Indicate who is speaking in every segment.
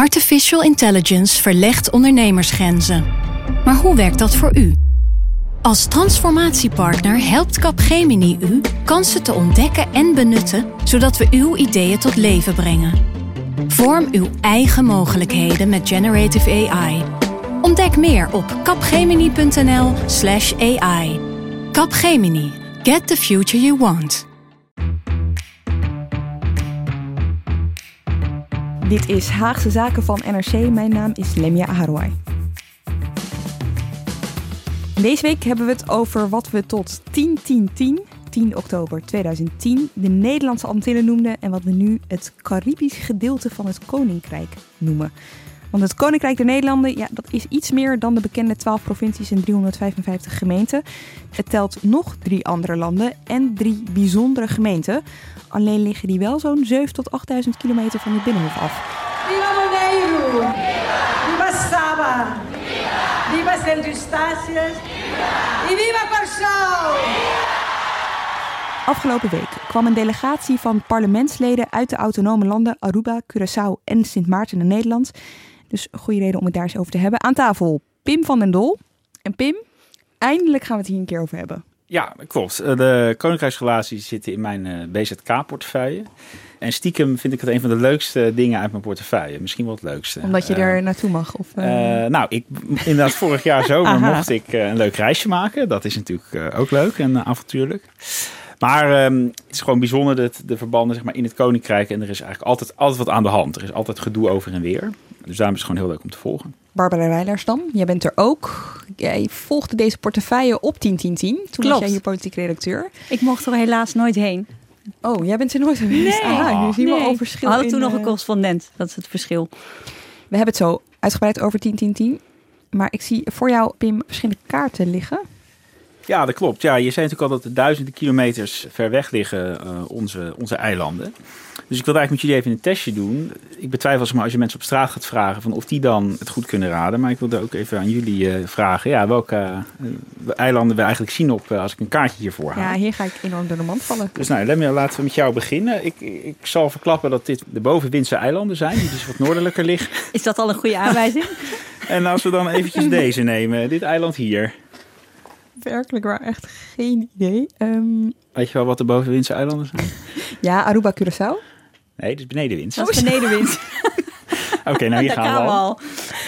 Speaker 1: Artificial intelligence verlegt ondernemersgrenzen. Maar hoe werkt dat voor u? Als transformatiepartner helpt Capgemini u kansen te ontdekken en benutten, zodat we uw ideeën tot leven brengen. Vorm uw eigen mogelijkheden met Generative AI. Ontdek meer op capgemini.nl/AI. Capgemini. Get the future you want.
Speaker 2: Dit is Haagse Zaken van NRC. Mijn naam is Lemia Aharouai. Deze week hebben we het over wat we tot 10 oktober 2010 de Nederlandse Antillen noemden en wat we nu het Caribisch gedeelte van het Koninkrijk noemen. Want het Koninkrijk der Nederlanden, ja, dat is iets meer dan de bekende 12 provincies en 355 gemeenten. Het telt nog 3 andere landen en 3 bijzondere gemeenten. Alleen liggen die wel zo'n 7.000 tot 8.000 kilometer van de Binnenhof af.
Speaker 3: Viva Monteiro! Viva Saba! Viva Sint Eustatius! En viva Curaçao!
Speaker 2: Afgelopen week kwam een delegatie van parlementsleden uit de autonome landen Aruba, Curaçao en Sint Maarten naar Nederland. Dus een goede reden om het daar eens over te hebben. Aan tafel Pim van den Dol. En Pim, eindelijk gaan we het hier een keer over hebben.
Speaker 4: Ja, klopt. De koninkrijksrelaties zitten in mijn BZK-portefeuille. En stiekem vind ik het een van de leukste dingen uit mijn portefeuille. Misschien wel het leukste.
Speaker 2: Omdat je er naartoe mag? Of,
Speaker 4: Inderdaad, vorig jaar zomer mocht ik een leuk reisje maken. Dat is natuurlijk ook leuk en avontuurlijk. Maar het is gewoon bijzonder de verbanden zeg maar, in het Koninkrijk. En er is eigenlijk altijd wat aan de hand. Er is altijd gedoe over en weer. Dus daarom is het gewoon heel leuk om te volgen.
Speaker 2: Barbara Rijlersdam, jij bent er ook. Jij volgde deze portefeuille op 10-10-10. Toen was jij hier politiek redacteur.
Speaker 5: Ik mocht er helaas nooit heen.
Speaker 2: Oh, jij bent er nooit geweest?
Speaker 5: Nee.
Speaker 2: Nu zien we al verschil.
Speaker 5: We hadden toen nog een correspondent. Dat is het verschil.
Speaker 2: We hebben het zo uitgebreid over 10-10-10. Maar ik zie voor jou, Pim, verschillende kaarten liggen.
Speaker 4: Ja, dat klopt. Ja, je zei natuurlijk al dat er duizenden kilometers ver weg liggen onze eilanden. Dus ik wilde eigenlijk met jullie even een testje doen. Ik betwijfel zeg maar, als je mensen op straat gaat vragen van of die dan het goed kunnen raden. Maar ik wilde ook even aan jullie vragen. Ja, welke eilanden we eigenlijk zien als ik een kaartje hiervoor haal.
Speaker 2: Ja, hier ga ik enorm door de mand vallen.
Speaker 4: Dus laten we met jou beginnen. Ik zal verklappen dat dit de Bovenwindse eilanden zijn. Die dus wat noordelijker liggen.
Speaker 5: Is dat al een goede aanwijzing?
Speaker 4: En als we dan eventjes deze nemen. Dit eiland hier.
Speaker 2: Werkelijk waar, echt geen idee.
Speaker 4: Weet je wel wat de Bovenwindse eilanden zijn?
Speaker 2: Ja, Aruba, Curaçao.
Speaker 4: Nee, dat is benedenwind.
Speaker 5: Dat is benedenwind.
Speaker 4: Oké, nou hier gaan we al.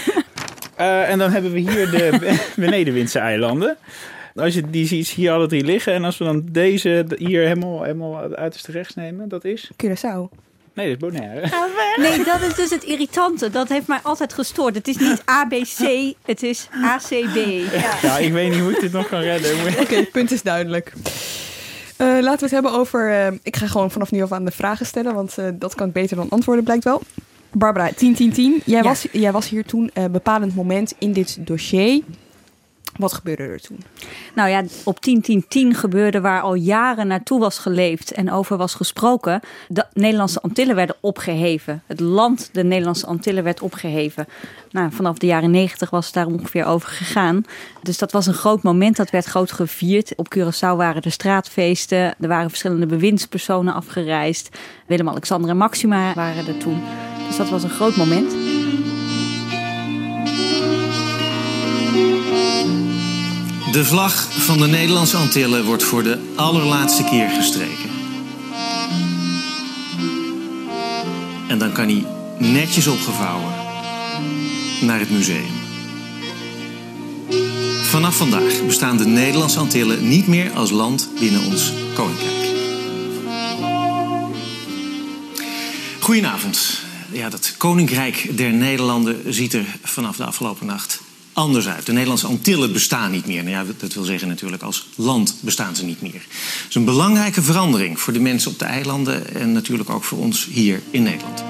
Speaker 4: En dan hebben we hier de benedenwindse eilanden. Als je die ziet, hier alle 3 liggen. En als we dan deze hier helemaal uiterst rechts nemen, dat is?
Speaker 2: Curaçao.
Speaker 4: Nee, dat is Bonaire.
Speaker 5: Nee, dat is dus het irritante. Dat heeft mij altijd gestoord. Het is niet ABC, het is ACB.
Speaker 4: Ja, ik weet niet hoe ik dit nog kan redden.
Speaker 2: Oké, punt is duidelijk. Laten we het hebben over... ik ga gewoon vanaf nu af aan de vragen stellen, want dat kan ik beter dan antwoorden, blijkt wel. Barbara, 10-10-10. Jij was hier toen een bepalend moment in dit dossier. Wat gebeurde er toen?
Speaker 5: Nou ja, op 10-10-10 gebeurde waar al jaren naartoe was geleefd en over was gesproken. De Nederlandse Antillen werden opgeheven. Het land de Nederlandse Antillen werd opgeheven. Nou, vanaf de jaren 90 was het daar ongeveer over gegaan. Dus dat was een groot moment, dat werd groot gevierd. Op Curaçao waren er straatfeesten. Er waren verschillende bewindspersonen afgereisd. Willem-Alexander en Maxima waren er toen. Dus dat was een groot moment.
Speaker 6: De vlag van de Nederlandse Antillen wordt voor de allerlaatste keer gestreken. En dan kan hij netjes opgevouwen naar het museum. Vanaf vandaag bestaan de Nederlandse Antillen niet meer als land binnen ons koninkrijk. Goedenavond. Ja, dat Koninkrijk der Nederlanden ziet er vanaf de afgelopen nacht anders uit. De Nederlandse Antillen bestaan niet meer. Nou ja, dat wil zeggen natuurlijk, als land bestaan ze niet meer. Het is een belangrijke verandering voor de mensen op de eilanden en natuurlijk ook voor ons hier in Nederland.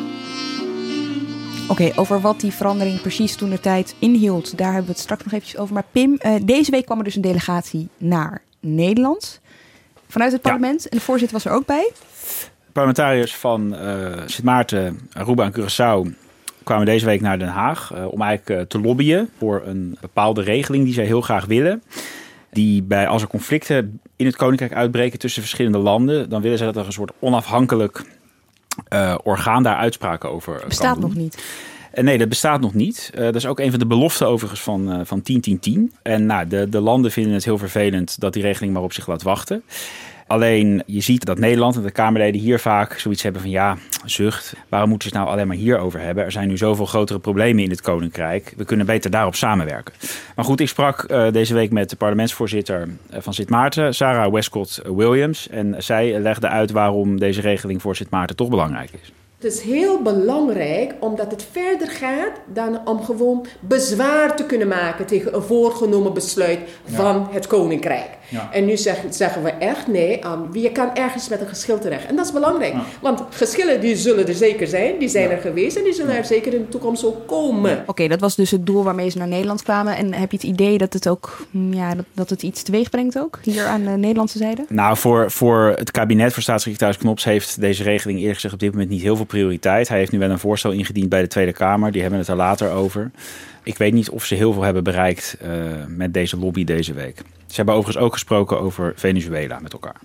Speaker 2: Oké, over wat die verandering precies toentertijd inhield, daar hebben we het straks nog eventjes over. Maar Pim, deze week kwam er dus een delegatie naar Nederland vanuit het parlement. Ja. En de voorzitter was er ook bij.
Speaker 4: Parlementariërs van Sint Maarten, Aruba en Curaçao kwamen deze week naar Den Haag om eigenlijk te lobbyen voor een bepaalde regeling die zij heel graag willen. Die als er conflicten in het Koninkrijk uitbreken tussen verschillende landen, dan willen zij dat er een soort onafhankelijk orgaan daar uitspraken over
Speaker 2: bestaat
Speaker 4: kan doen.
Speaker 2: Nog niet.
Speaker 4: Nee, dat bestaat nog niet. Dat is ook een van de beloften overigens van 10-10-10. En de landen vinden het heel vervelend dat die regeling maar op zich laat wachten. Alleen je ziet dat Nederland en de Kamerleden hier vaak zoiets hebben van zucht. Waarom moeten ze het nou alleen maar hierover hebben? Er zijn nu zoveel grotere problemen in het Koninkrijk. We kunnen beter daarop samenwerken. Maar goed, ik sprak deze week met de parlementsvoorzitter van Sint Maarten, Sarah Westcott Williams. En zij legde uit waarom deze regeling voor Sint Maarten toch belangrijk is.
Speaker 7: Het is heel belangrijk omdat het verder gaat dan om gewoon bezwaar te kunnen maken tegen een voorgenomen besluit van het Koninkrijk. Ja. En nu zeggen we echt nee, je kan ergens met een geschil terecht. En dat is belangrijk, want geschillen die zullen er zeker zijn, die zijn er geweest en die zullen er zeker in de toekomst ook komen.
Speaker 2: Oké, dat was dus het doel waarmee ze naar Nederland kwamen. En heb je het idee dat het ook dat het iets teweeg brengt ook, hier aan de Nederlandse zijde?
Speaker 4: Nou, voor het kabinet, voor staatssecretaris Knops, heeft deze regeling eerlijk gezegd op dit moment niet heel veel prioriteit. Hij heeft nu wel een voorstel ingediend bij de Tweede Kamer. Die hebben het er later over. Ik weet niet of ze heel veel hebben bereikt met deze lobby deze week. Ze hebben overigens ook gesproken over Venezuela met elkaar.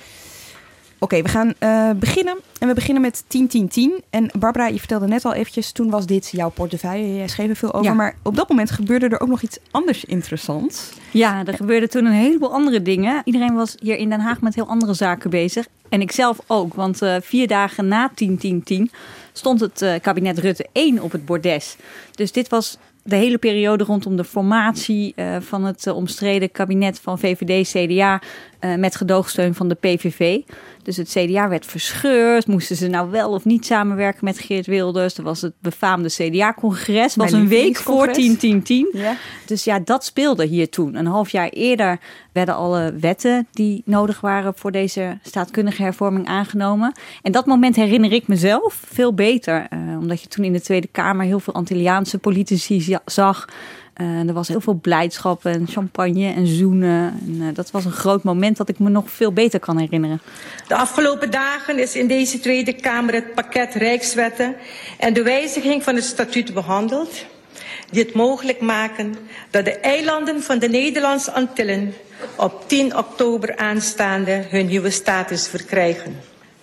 Speaker 2: Oké, we gaan beginnen. En we beginnen met 10-10-10. En Barbara, je vertelde net al eventjes, toen was dit jouw portefeuille. Jij schreef er veel over. Ja. Maar op dat moment gebeurde er ook nog iets anders interessants.
Speaker 5: Ja, er gebeurde toen een heleboel andere dingen. Iedereen was hier in Den Haag met heel andere zaken bezig. En ik zelf ook, want 4 dagen na 10-10-10 stond het kabinet Rutte 1 op het bordes. Dus dit was de hele periode rondom de formatie van het omstreden kabinet van VVD-CDA met gedoogsteun van de PVV. Dus het CDA werd verscheurd. Moesten ze nou wel of niet samenwerken met Geert Wilders? Er was het befaamde CDA-congres. Het was een week voor 10-10-10. Ja. Dus dat speelde hier toen. Een half jaar eerder werden alle wetten die nodig waren voor deze staatkundige hervorming aangenomen. En dat moment herinner ik mezelf veel beter. Omdat je toen in de Tweede Kamer heel veel Antilliaanse politici zag. Er was heel veel blijdschap en champagne en zoenen. En, dat was een groot moment dat ik me nog veel beter kan herinneren.
Speaker 3: De afgelopen dagen is in deze Tweede Kamer het pakket Rijkswetten en de wijziging van het statuut behandeld. Die het mogelijk maken dat de eilanden van de Nederlandse Antillen op 10 oktober aanstaande hun nieuwe status verkrijgen.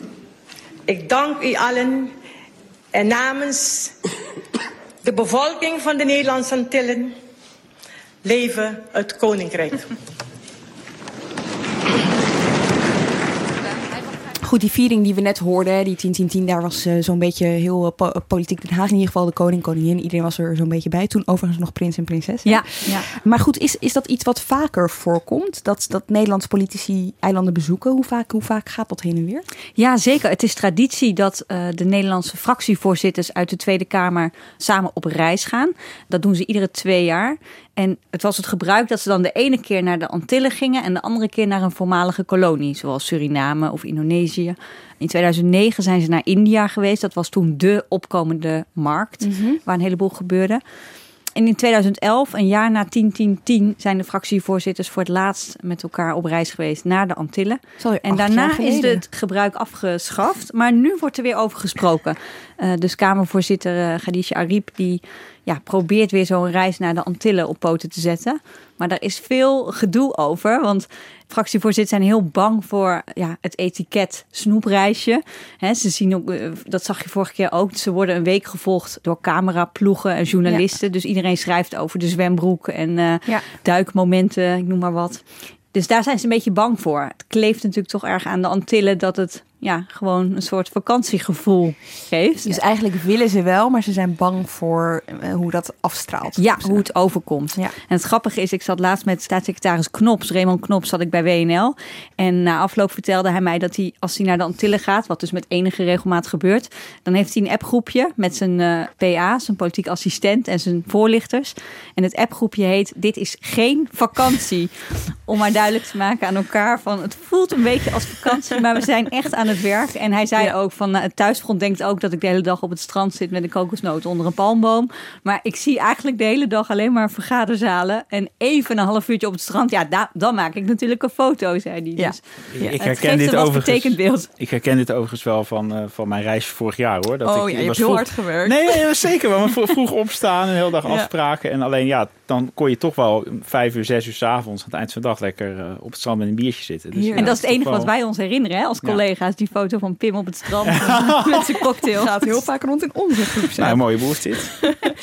Speaker 3: Ik dank u allen en namens de bevolking van de Nederlandse Antillen, leven het Koninkrijk.
Speaker 2: Goed, die viering die we net hoorden, die 10-10-10, daar was zo'n beetje heel politiek Den Haag. In ieder geval de koning, koningin, iedereen was er zo'n beetje bij. Toen overigens nog prins en prinses.
Speaker 5: Ja.
Speaker 2: Maar goed, is dat iets wat vaker voorkomt? Dat Nederlandse politici eilanden bezoeken? Hoe vaak gaat dat heen en weer?
Speaker 5: Ja, zeker. Het is traditie dat de Nederlandse fractievoorzitters uit de Tweede Kamer samen op reis gaan. Dat doen ze iedere 2 jaar. En het was het gebruik dat ze dan de ene keer naar de Antillen gingen en de andere keer naar een voormalige kolonie, zoals Suriname of Indonesië. In 2009 zijn ze naar India geweest. Dat was toen de opkomende markt, waar een heleboel gebeurde. En in 2011, een jaar na 10-10-10, zijn de fractievoorzitters voor het laatst met elkaar op reis geweest naar de Antillen. En daarna is het gebruik afgeschaft, maar nu wordt er weer over gesproken. Dus Kamervoorzitter Khadija Arib die probeert weer zo'n reis naar de Antillen op poten te zetten. Maar daar is veel gedoe over, want fractievoorzitters zijn heel bang voor het etiket snoepreisje. Ze zien ook, dat zag je vorige keer ook, ze worden een week gevolgd door cameraploegen en journalisten. Ja. Dus iedereen schrijft over de zwembroek en duikmomenten, ik noem maar wat. Dus daar zijn ze een beetje bang voor. Het kleeft natuurlijk toch erg aan de Antillen dat het gewoon een soort vakantiegevoel geeft.
Speaker 2: Dus eigenlijk willen ze wel, maar ze zijn bang voor hoe dat afstraalt.
Speaker 5: Ja, hoe het overkomt. Ja. En het grappige is, ik zat laatst met staatssecretaris Knops, Raymond Knops, zat ik bij WNL. En na afloop vertelde hij mij dat hij, als hij naar de Antillen gaat, wat dus met enige regelmaat gebeurt, dan heeft hij een appgroepje met zijn PA, zijn politiek assistent en zijn voorlichters. En het appgroepje heet Dit is geen vakantie. Om maar duidelijk te maken aan elkaar van het voelt een beetje als vakantie, maar we zijn echt aan het werk. En hij zei ook van het thuisfront denkt ook dat ik de hele dag op het strand zit met een kokosnoot onder een palmboom. Maar ik zie eigenlijk de hele dag alleen maar vergaderzalen en even een half uurtje op het strand. Ja, dan maak ik natuurlijk een foto, zei hij.
Speaker 4: Ja. Dus ik herken dit overigens. Beeld. Ik herken dit overigens wel van mijn reis vorig jaar, hoor. Dat
Speaker 2: je hebt heel hard gewerkt.
Speaker 4: Nee, was zeker wel. Vroeg opstaan en de hele dag afspraken. En alleen dan kon je toch wel 5 uur, 6 uur 's avonds aan het eind van de dag lekker op het strand met een biertje zitten. Dus,
Speaker 5: en dat is het enige wat wij ons herinneren als collega's. die foto van Pim op het strand met zijn cocktail.
Speaker 2: Gaat heel vaak rond in onze groep zijn.
Speaker 4: Nou, mooie boel dit.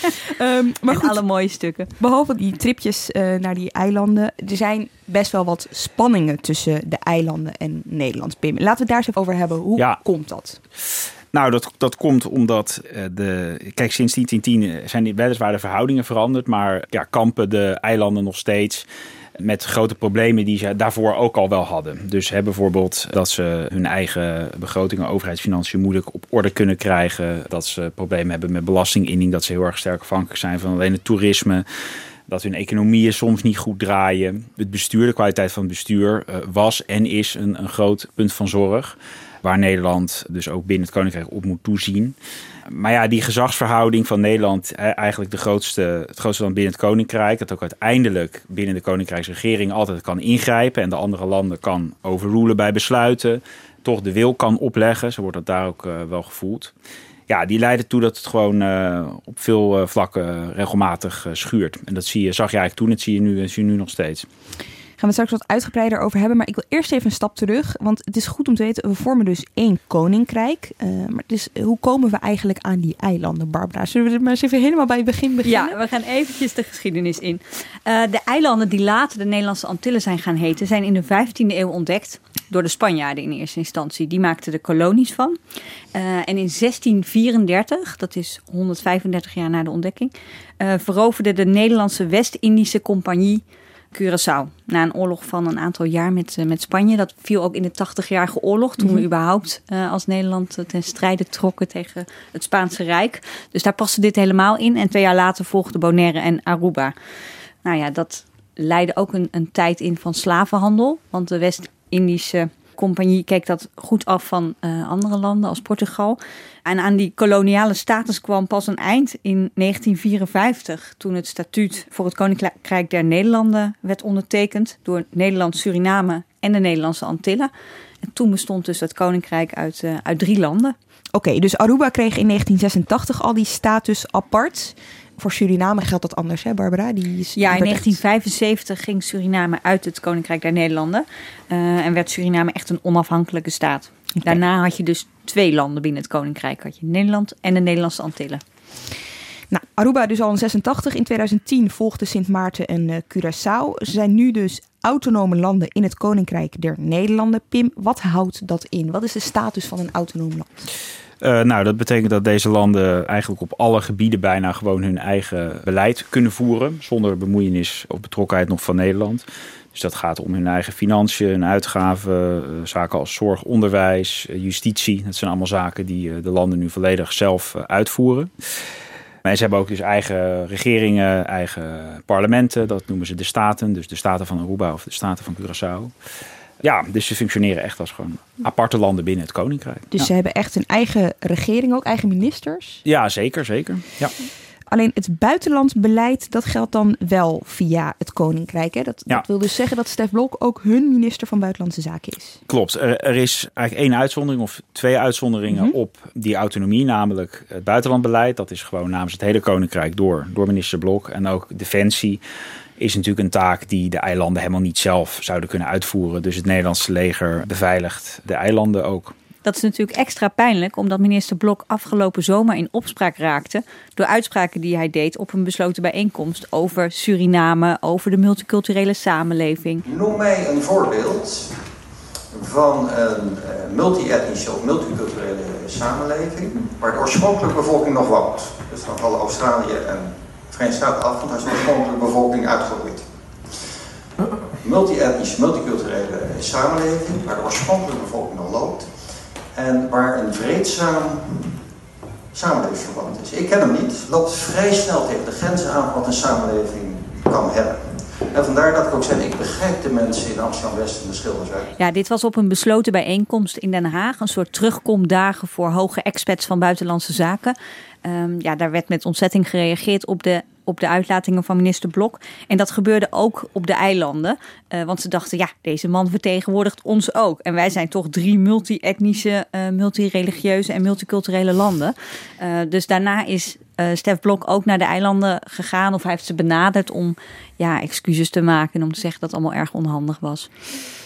Speaker 2: Maar goed,
Speaker 5: alle mooie stukken.
Speaker 2: behalve die tripjes naar die eilanden, er zijn best wel wat spanningen tussen de eilanden en Nederland. Pim, laten we het daar eens even over hebben. Hoe komt dat?
Speaker 4: Nou, dat komt omdat kijk, sinds 1910 zijn weliswaar de verhoudingen veranderd, maar kampen de eilanden nog steeds met grote problemen die ze daarvoor ook al wel hadden. Dus bijvoorbeeld dat ze hun eigen begrotingen, overheidsfinanciën moeilijk op orde kunnen krijgen. Dat ze problemen hebben met belastinginning. Dat ze heel erg sterk afhankelijk zijn van alleen het toerisme. Dat hun economieën soms niet goed draaien. Het bestuur, de kwaliteit van het bestuur was en is een groot punt van zorg. Waar Nederland dus ook binnen het Koninkrijk op moet toezien. Maar die gezagsverhouding van Nederland, eigenlijk het grootste land binnen het Koninkrijk, dat ook uiteindelijk binnen de Koninkrijksregering altijd kan ingrijpen en de andere landen kan overrulen bij besluiten, toch de wil kan opleggen, zo wordt dat daar ook wel gevoeld. Ja, die leiden toe dat het gewoon op veel vlakken regelmatig schuurt. En dat zag je eigenlijk toen, dat zie je nu nog steeds.
Speaker 2: Gaan we het straks wat uitgebreider over hebben. Maar ik wil eerst even een stap terug. Want het is goed om te weten, we vormen dus 1 koninkrijk. Maar dus, hoe komen we eigenlijk aan die eilanden, Barbara? Zullen we er maar eens even helemaal bij het begin beginnen?
Speaker 5: Ja, we gaan eventjes de geschiedenis in. De eilanden die later de Nederlandse Antillen zijn gaan heten, zijn in de 15e eeuw ontdekt door de Spanjaarden in eerste instantie. Die maakten er kolonies van. En in 1634, dat is 135 jaar na de ontdekking, veroverde de Nederlandse West-Indische Compagnie Curaçao. Na een oorlog van een aantal jaar met Spanje. Dat viel ook in de 80-jarige oorlog. Toen we überhaupt als Nederland ten strijde trokken tegen het Spaanse Rijk. Dus daar paste dit helemaal in. En 2 jaar later volgden Bonaire en Aruba. Nou ja, dat leidde ook een tijd in van slavenhandel. Want de West-Indische Compagnie keek dat goed af van andere landen als Portugal. En aan die koloniale status kwam pas een eind in 1954... toen het statuut voor het Koninkrijk der Nederlanden werd ondertekend door Nederland, Suriname en de Nederlandse Antillen. En toen bestond dus het Koninkrijk uit 3 landen.
Speaker 2: Oké, dus Aruba kreeg in 1986 al die status apart. Voor Suriname geldt dat anders, hè Barbara?
Speaker 5: In 1975 ging Suriname uit het Koninkrijk der Nederlanden. En werd Suriname echt een onafhankelijke staat. Okay. Daarna had je dus 2 landen binnen het Koninkrijk. Had je Nederland en de Nederlandse Antillen.
Speaker 2: Nou, Aruba dus al in 86. In 2010 volgden Sint Maarten en Curaçao. Ze zijn nu dus autonome landen in het Koninkrijk der Nederlanden. Pim, wat houdt dat in? Wat is de status van een autonoom land?
Speaker 4: Dat betekent dat deze landen eigenlijk op alle gebieden bijna gewoon hun eigen beleid kunnen voeren. Zonder bemoeienis of betrokkenheid nog van Nederland. Dus dat gaat om hun eigen financiën, hun uitgaven, zaken als zorg, onderwijs, justitie. Dat zijn allemaal zaken die de landen nu volledig zelf uitvoeren. Maar ze hebben ook dus eigen regeringen, eigen parlementen. Dat noemen ze de staten. Dus de staten van Aruba of de staten van Curaçao. Ja, dus ze functioneren echt als gewoon aparte landen binnen het Koninkrijk.
Speaker 2: Dus ze hebben echt een eigen regering, ook eigen ministers?
Speaker 4: Ja, zeker. Ja.
Speaker 2: Alleen het buitenlandsbeleid, dat geldt dan wel via het Koninkrijk. Hè? Dat wil dus zeggen dat Stef Blok ook hun minister van Buitenlandse Zaken is.
Speaker 4: Klopt. Er is eigenlijk 1 uitzondering of 2 uitzonderingen op die autonomie. Namelijk het buitenlandbeleid. Dat is gewoon namens het hele Koninkrijk door minister Blok. En ook Defensie is natuurlijk een taak die de eilanden helemaal niet zelf zouden kunnen uitvoeren. Dus het Nederlandse leger beveiligt de eilanden ook.
Speaker 5: Dat is natuurlijk extra pijnlijk, omdat minister Blok afgelopen zomer in opspraak raakte door uitspraken die hij deed op een besloten bijeenkomst over Suriname, over de multiculturele samenleving.
Speaker 8: Noem mij een voorbeeld van een multi-etnische of multiculturele samenleving waar de oorspronkelijke bevolking nog woont. Dus dan vallen Australië en Verenigde Staten af, want daar is de oorspronkelijke bevolking uitgeroeid. Multi-etnische, multiculturele samenleving waar de oorspronkelijke bevolking nog loopt. En waar een vreedzaam samenlevingsverband is. Ik ken hem niet. Loopt vrij snel tegen de grenzen aan wat een samenleving kan hebben. En vandaar dat ik ook zeg, ik begrijp de mensen in Amsterdam-West en de Schilderswijk.
Speaker 5: Ja, dit was op een besloten bijeenkomst in Den Haag. Een soort terugkomdagen voor hoge expats van buitenlandse zaken. Daar werd met ontzetting gereageerd op de uitlatingen van minister Blok. En dat gebeurde ook op de eilanden. Want ze dachten, deze man vertegenwoordigt ons ook. En wij zijn toch 3 multi-etnische, multireligieuze en multiculturele landen. Dus daarna is Stef Blok ook naar de eilanden gegaan. Of hij heeft ze benaderd om excuses te maken. En om te zeggen dat het allemaal erg onhandig was.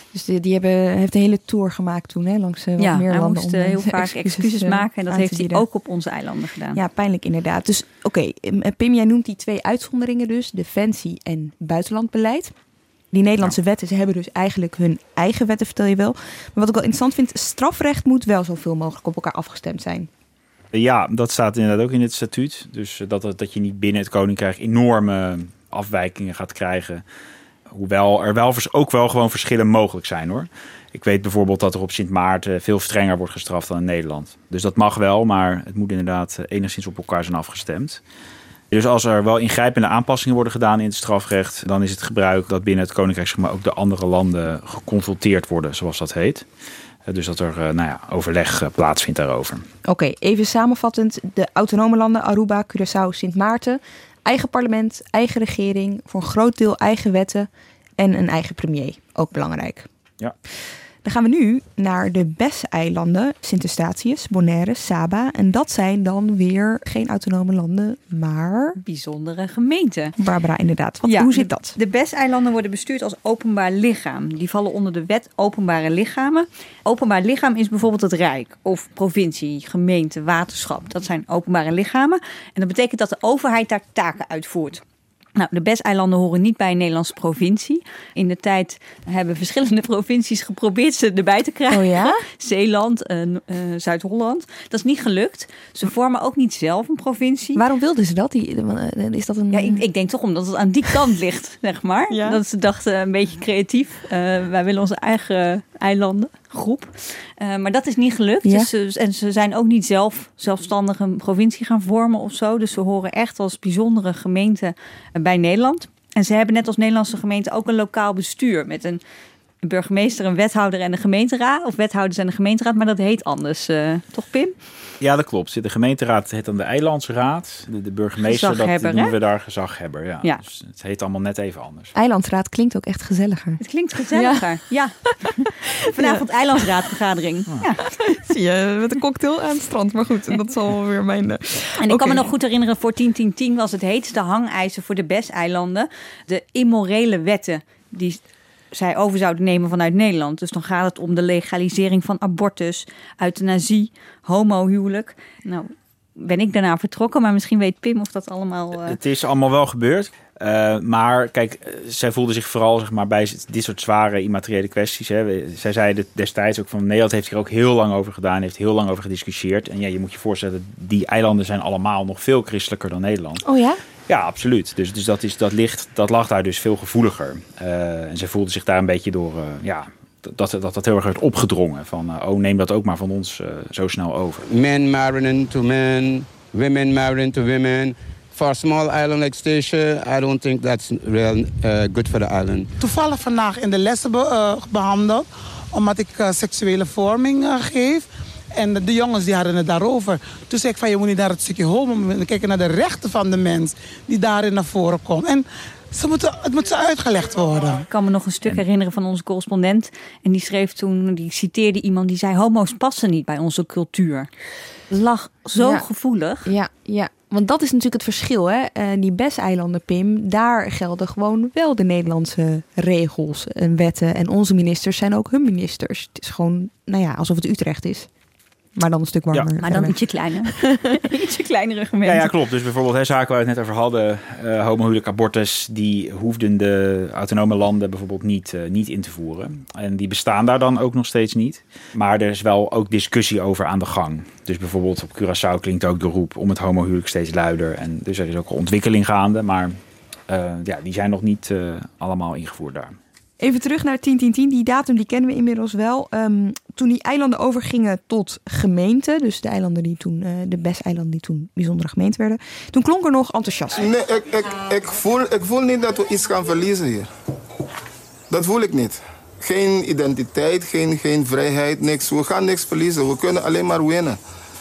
Speaker 2: Dus die heeft een hele tour gemaakt toen, hè, langs wat meer landen.
Speaker 5: Hij moest heel vaak excuses maken. En dat heeft hij ook op onze eilanden gedaan.
Speaker 2: Ja, pijnlijk inderdaad. Dus oké, Pim, jij noemt die 2 uitzonderingen dus. Defensie en buitenlandbeleid. Die Nederlandse wetten, ze hebben dus eigenlijk hun eigen wetten, vertel je wel. Maar wat ik wel interessant vind, strafrecht moet wel zoveel mogelijk op elkaar afgestemd zijn.
Speaker 4: Ja, dat staat inderdaad ook in het statuut. Dus dat je niet binnen het Koninkrijk enorme afwijkingen gaat krijgen. Hoewel er ook wel gewoon verschillen mogelijk zijn, hoor. Ik weet bijvoorbeeld dat er op Sint Maarten veel strenger wordt gestraft dan in Nederland. Dus dat mag wel, maar het moet inderdaad enigszins op elkaar zijn afgestemd. Dus als er wel ingrijpende aanpassingen worden gedaan in het strafrecht, dan is het gebruik dat binnen het Koninkrijk ook de andere landen geconsulteerd worden, zoals dat heet. Dus dat er overleg plaatsvindt daarover.
Speaker 2: Oké, even samenvattend. De autonome landen, Aruba, Curaçao, Sint Maarten. Eigen parlement, eigen regering, voor een groot deel eigen wetten en een eigen premier. Ook belangrijk.
Speaker 4: Ja.
Speaker 2: Dan gaan we nu naar de BES-eilanden, Sint Eustatius, Bonaire, Saba. En dat zijn dan weer geen autonome landen, maar
Speaker 5: bijzondere gemeenten.
Speaker 2: Barbara, inderdaad. Hoe zit dat?
Speaker 5: De BES-eilanden worden bestuurd als openbaar lichaam. Die vallen onder de wet openbare lichamen. Openbaar lichaam is bijvoorbeeld het Rijk of provincie, gemeente, waterschap. Dat zijn openbare lichamen. En dat betekent dat de overheid daar taken uitvoert. Nou, de BES-eilanden horen niet bij een Nederlandse provincie. In de tijd hebben verschillende provincies geprobeerd ze erbij te krijgen.
Speaker 2: Oh ja?
Speaker 5: Zeeland en Zuid-Holland. Dat is niet gelukt. Ze vormen ook niet zelf een provincie.
Speaker 2: Waarom wilden ze dat? Is dat een...
Speaker 5: Ja, ik denk toch omdat het aan die kant ligt, zeg maar. Ja. Dat ze dachten, een beetje creatief. Wij willen onze eigen eilanden. Groep. Maar dat is niet gelukt.
Speaker 2: Ja.
Speaker 5: Dus, en ze zijn ook niet zelfstandig een provincie gaan vormen of zo. Dus ze horen echt als bijzondere gemeente bij Nederland. En ze hebben net als Nederlandse gemeenten ook een lokaal bestuur. Met een burgemeester, een wethouder en een gemeenteraad. Of wethouders en een gemeenteraad, maar dat heet anders. Toch, Pim?
Speaker 4: Ja, dat klopt. De gemeenteraad heet dan de Eilandsraad. De burgemeester, dat noemen we daar gezaghebber. Ja. Dus het heet allemaal net even anders.
Speaker 2: Eilandsraad klinkt ook echt gezelliger.
Speaker 5: Het klinkt gezelliger, ja. Vanavond Eilandsraadvergadering. Ja.
Speaker 2: Zie je, met een cocktail aan het strand. Maar goed, dat zal weer mijn...
Speaker 5: En ik kan me nog goed herinneren, voor 10-10-10 was het heetste hangijzer voor de BES-eilanden. De immorele wetten die zij over zouden nemen vanuit Nederland. Dus dan gaat het om de legalisering van abortus, euthanasie, homohuwelijk. Nou, ben ik daarna vertrokken, maar misschien weet Pim of dat allemaal...
Speaker 4: Het is allemaal wel gebeurd. Maar kijk, zij voelde zich vooral bij dit soort zware immateriële kwesties. Hè. Zij zei destijds ook van Nederland heeft hier ook heel lang over gedaan, heeft heel lang over gediscussieerd. En ja, je moet je voorstellen, die eilanden zijn allemaal nog veel christelijker dan Nederland.
Speaker 2: Oh ja?
Speaker 4: Ja, absoluut. Dus dat lag daar dus veel gevoeliger. En zij voelde zich daar een beetje door, dat heel erg werd opgedrongen. Van, neem dat ook maar van ons zo snel over.
Speaker 9: Men marrying to men, women marrying to women. For a small island like Statia, I don't think that's real good for the island.
Speaker 10: Toevallig vandaag in de lessen behandeld, omdat ik seksuele vorming geef. En de jongens die hadden het daarover. Toen zei ik van, je moet niet naar het stukje homo kijken, naar de rechten van de mens die daarin naar voren komt. En het moet ze uitgelegd worden.
Speaker 5: Ik kan me nog een stuk herinneren van onze correspondent. En die schreef toen, die citeerde iemand die zei, homo's passen niet bij onze cultuur. Lag zo gevoelig.
Speaker 2: Ja. Want dat is natuurlijk het verschil, hè? Die BES-eilanden, Pim, daar gelden gewoon wel de Nederlandse regels en wetten. En onze ministers zijn ook hun ministers. Het is gewoon, alsof het Utrecht is. Maar dan een stuk warmer.
Speaker 5: Ja. Maar dan ietsje kleiner. Ietsje kleinere gemeente.
Speaker 4: Ja, klopt. Dus bijvoorbeeld zaken waar we het net over hadden, homohuwelijk, abortus, die hoefden de autonome landen bijvoorbeeld niet in te voeren. En die bestaan daar dan ook nog steeds niet. Maar er is wel ook discussie over aan de gang. Dus bijvoorbeeld op Curaçao klinkt ook de roep om het homohuwelijk steeds luider. En dus er is ook ontwikkeling gaande, maar die zijn nog niet allemaal ingevoerd daar.
Speaker 2: Even terug naar 10-10-10. Die datum die kennen we inmiddels wel. Toen die eilanden overgingen tot gemeenten, dus de eilanden die toen, de BES-eilanden die toen bijzondere gemeenten werden, toen klonk er nog enthousiasme.
Speaker 11: Nee, ik voel niet dat we iets gaan verliezen hier. Dat voel ik niet. Geen identiteit, geen vrijheid, niks. We gaan niks verliezen. We kunnen alleen maar winnen.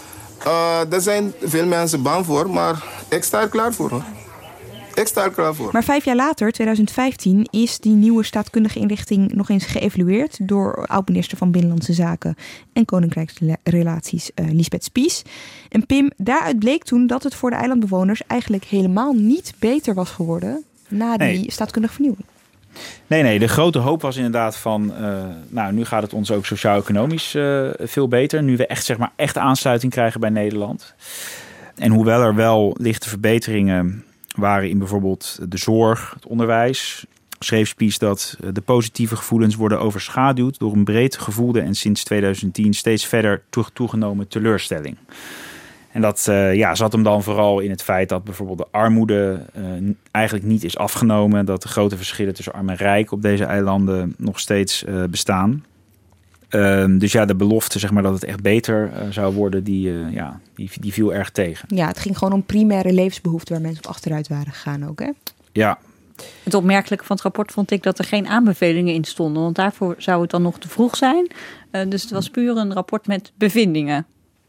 Speaker 11: Daar zijn veel mensen bang voor, maar ik sta er klaar voor, hoor. Ik sta er klaar voor.
Speaker 2: Maar 5 jaar later, 2015, is die nieuwe staatkundige inrichting nog eens geëvalueerd door oud-minister van Binnenlandse Zaken en Koninkrijksrelaties Liesbeth Spies. En Pim, daaruit bleek toen dat het voor de eilandbewoners eigenlijk helemaal niet beter was geworden na die staatkundige vernieuwing.
Speaker 4: Nee, de grote hoop was inderdaad van... nu gaat het ons ook sociaal-economisch veel beter. Nu we echt aansluiting krijgen bij Nederland. En hoewel er wel lichte verbeteringen waren in bijvoorbeeld de zorg, het onderwijs... schreef Spies dat de positieve gevoelens worden overschaduwd... door een breed gevoelde en sinds 2010 steeds verder toegenomen teleurstelling. En dat zat hem dan vooral in het feit dat bijvoorbeeld de armoede eigenlijk niet is afgenomen. Dat de grote verschillen tussen arm en rijk op deze eilanden nog steeds bestaan. Dus de belofte dat het echt beter zou worden, die viel erg tegen.
Speaker 2: Ja, het ging gewoon om primaire levensbehoeften waar mensen op achteruit waren gegaan ook, hè?
Speaker 4: Ja.
Speaker 5: Het opmerkelijke van het rapport vond ik dat er geen aanbevelingen in stonden. Want daarvoor zou het dan nog te vroeg zijn. Dus het was puur een rapport met bevindingen.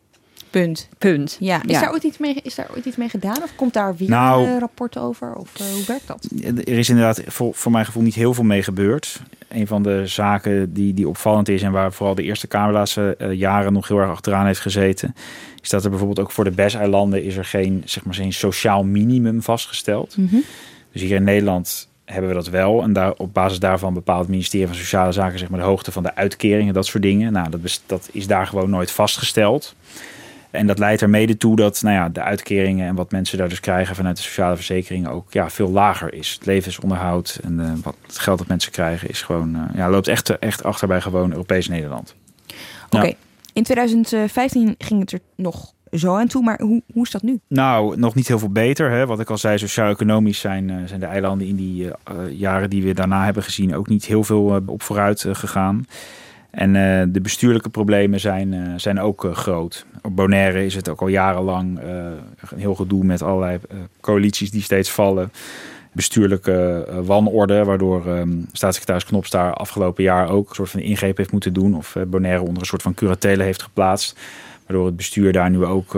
Speaker 5: Punt.
Speaker 2: Ja. Is daar ooit iets mee gedaan? Of komt daar weer een rapport over? Of hoe werkt dat?
Speaker 4: Er is inderdaad voor mijn gevoel niet heel veel mee gebeurd. Een van de zaken die opvallend is... en waar vooral de Eerste Kamer de laatste jaren nog heel erg achteraan heeft gezeten... is dat er bijvoorbeeld ook voor de BES-eilanden... is er geen sociaal minimum vastgesteld.
Speaker 2: Mm-hmm.
Speaker 4: Dus hier in Nederland hebben we dat wel. En op basis daarvan bepaalt het ministerie van Sociale Zaken... de hoogte van de uitkeringen, dat soort dingen. Nou, dat is daar gewoon nooit vastgesteld... En dat leidt er mede toe dat de uitkeringen en wat mensen daar dus krijgen vanuit de sociale verzekeringen ook veel lager is. Het levensonderhoud en wat het geld dat mensen krijgen is gewoon loopt echt achter bij gewoon Europees Nederland.
Speaker 2: Oké. In 2015 ging het er nog zo aan toe, maar hoe is dat nu?
Speaker 4: Nou, nog niet heel veel beter. Hè? Wat ik al zei, sociaal-economisch zijn de eilanden in die jaren die we daarna hebben gezien ook niet heel veel op vooruit gegaan. En de bestuurlijke problemen zijn ook groot. Op Bonaire is het ook al jarenlang een heel gedoe met allerlei coalities die steeds vallen. Bestuurlijke wanorde, waardoor staatssecretaris Knops daar afgelopen jaar ook een soort van ingreep heeft moeten doen. Of Bonaire onder een soort van curatele heeft geplaatst. Waardoor het bestuur daar nu ook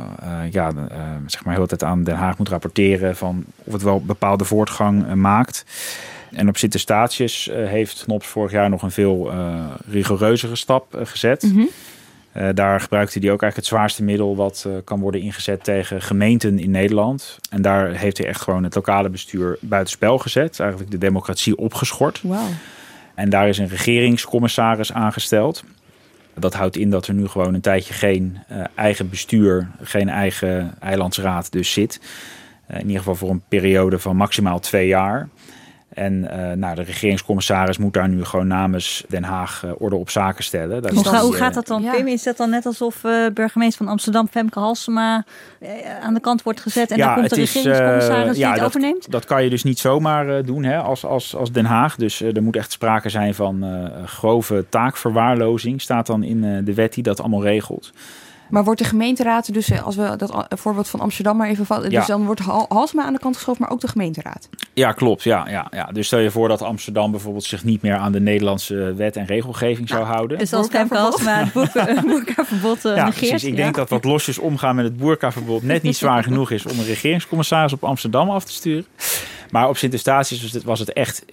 Speaker 4: heel de tijd aan Den Haag moet rapporteren van of het wel bepaalde voortgang maakt. En op Sint-Eustatius heeft Knops vorig jaar nog een veel rigoureuzere stap gezet.
Speaker 2: Mm-hmm.
Speaker 4: Daar gebruikte hij ook eigenlijk het zwaarste middel wat kan worden ingezet tegen gemeenten in Nederland. En daar heeft hij echt gewoon het lokale bestuur buitenspel gezet. Eigenlijk de democratie opgeschort.
Speaker 2: Wow.
Speaker 4: En daar is een regeringscommissaris aangesteld. Dat houdt in dat er nu gewoon een tijdje geen eigen bestuur, geen eigen eilandsraad dus zit. In ieder geval voor een periode van maximaal 2 jaar. En de regeringscommissaris moet daar nu gewoon namens Den Haag orde op zaken stellen.
Speaker 5: Hoe gaat dat dan, Pim? Is dat dan net alsof burgemeester van Amsterdam, Femke Halsema, aan de kant wordt gezet en dan komt de regeringscommissaris die het overneemt?
Speaker 4: Dat kan je dus niet zomaar doen als Den Haag. Dus er moet echt sprake zijn van grove taakverwaarlozing. Staat dan in de wet die dat allemaal regelt.
Speaker 2: Maar wordt de gemeenteraad, dus als we dat voorbeeld van Amsterdam maar even vallen, dus dan wordt Halsema aan de kant geschoven, maar ook de gemeenteraad?
Speaker 4: Ja, klopt. Ja. Dus stel je voor dat Amsterdam bijvoorbeeld zich niet meer aan de Nederlandse wet en regelgeving zou houden.
Speaker 5: Dus als Femke Halsema het boerkaverbod negeert.
Speaker 4: Precies. Ik denk dat wat losjes omgaan met het boerkaverbod net niet zwaar genoeg is om een regeringscommissaris op Amsterdam af te sturen. Maar op Sint-Eustatius was het echt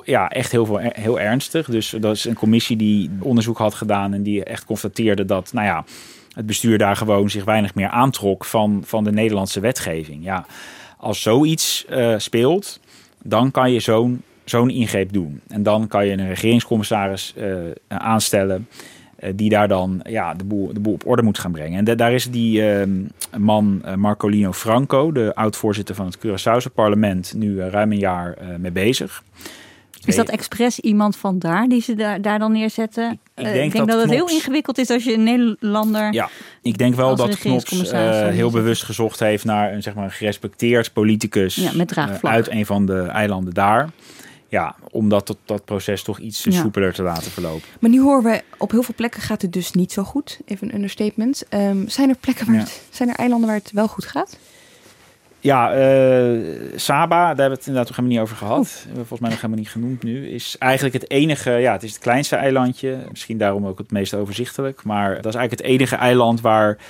Speaker 4: heel ernstig. Dus dat is een commissie die onderzoek had gedaan en die echt constateerde dat, het bestuur daar gewoon zich weinig meer aantrok van de Nederlandse wetgeving. Ja, als zoiets speelt, dan kan je zo'n ingreep doen. En dan kan je een regeringscommissaris aanstellen die daar dan de boel op orde moet gaan brengen. En daar is die man Marcolino Franco, de oud-voorzitter van het Curaçaose parlement, nu ruim een jaar mee bezig.
Speaker 5: Is dat expres iemand van daar die ze daar dan neerzetten? Ik denk dat het heel ingewikkeld is als je een Nederlander. Ja,
Speaker 4: ik denk wel dat Knops heel bewust gezocht heeft naar een gerespecteerd politicus uit een van de eilanden daar. Ja, om dat proces toch iets soepeler te laten verlopen.
Speaker 2: Maar nu horen we, op heel veel plekken gaat het dus niet zo goed. Even een understatement. Zijn er plekken zijn er eilanden waar het wel goed gaat?
Speaker 4: Ja, Saba, daar hebben we het inderdaad nog helemaal niet over gehad. We hebben volgens mij nog helemaal niet genoemd nu. Is eigenlijk het enige, het is het kleinste eilandje. Misschien daarom ook het meest overzichtelijk. Maar dat is eigenlijk het enige eiland waar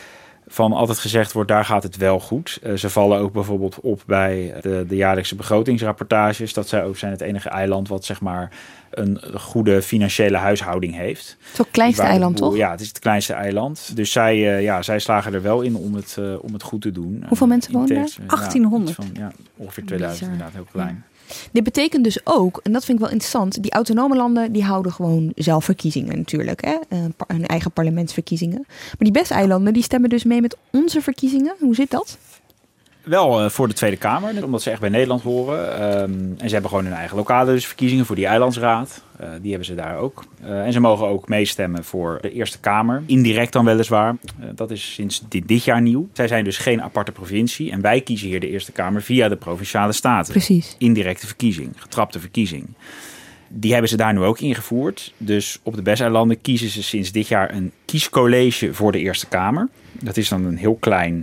Speaker 4: van altijd gezegd wordt, daar gaat het wel goed. Ze vallen ook bijvoorbeeld op bij de jaarlijkse begrotingsrapportages. Dat zij ook zijn het enige eiland wat zeg maar een goede financiële huishouding heeft.
Speaker 2: Het is ook het kleinste eiland, toch?
Speaker 4: Ja, het is het kleinste eiland. Dus zij slagen er wel in om het goed te doen.
Speaker 2: Hoeveel mensen wonen daar?
Speaker 5: 1800.
Speaker 4: Ongeveer 2000, inderdaad, heel klein.
Speaker 2: Dit betekent dus ook, en dat vind ik wel interessant, die autonome landen die houden gewoon zelf verkiezingen natuurlijk. Hè? Hun eigen parlementsverkiezingen. Maar die BES-eilanden die stemmen dus mee met onze verkiezingen. Hoe zit dat?
Speaker 4: Wel voor de Tweede Kamer, omdat ze echt bij Nederland horen. En ze hebben gewoon hun eigen lokale verkiezingen voor die eilandsraad. Die hebben ze daar ook. En ze mogen ook meestemmen voor de Eerste Kamer. Indirect dan weliswaar. Dat is sinds dit jaar nieuw. Zij zijn dus geen aparte provincie. En wij kiezen hier de Eerste Kamer via de Provinciale Staten.
Speaker 2: Precies.
Speaker 4: Indirecte verkiezing, getrapte verkiezing. Die hebben ze daar nu ook ingevoerd. Dus op de BES-eilanden kiezen ze sinds dit jaar een kiescollege voor de Eerste Kamer. Dat is dan een heel klein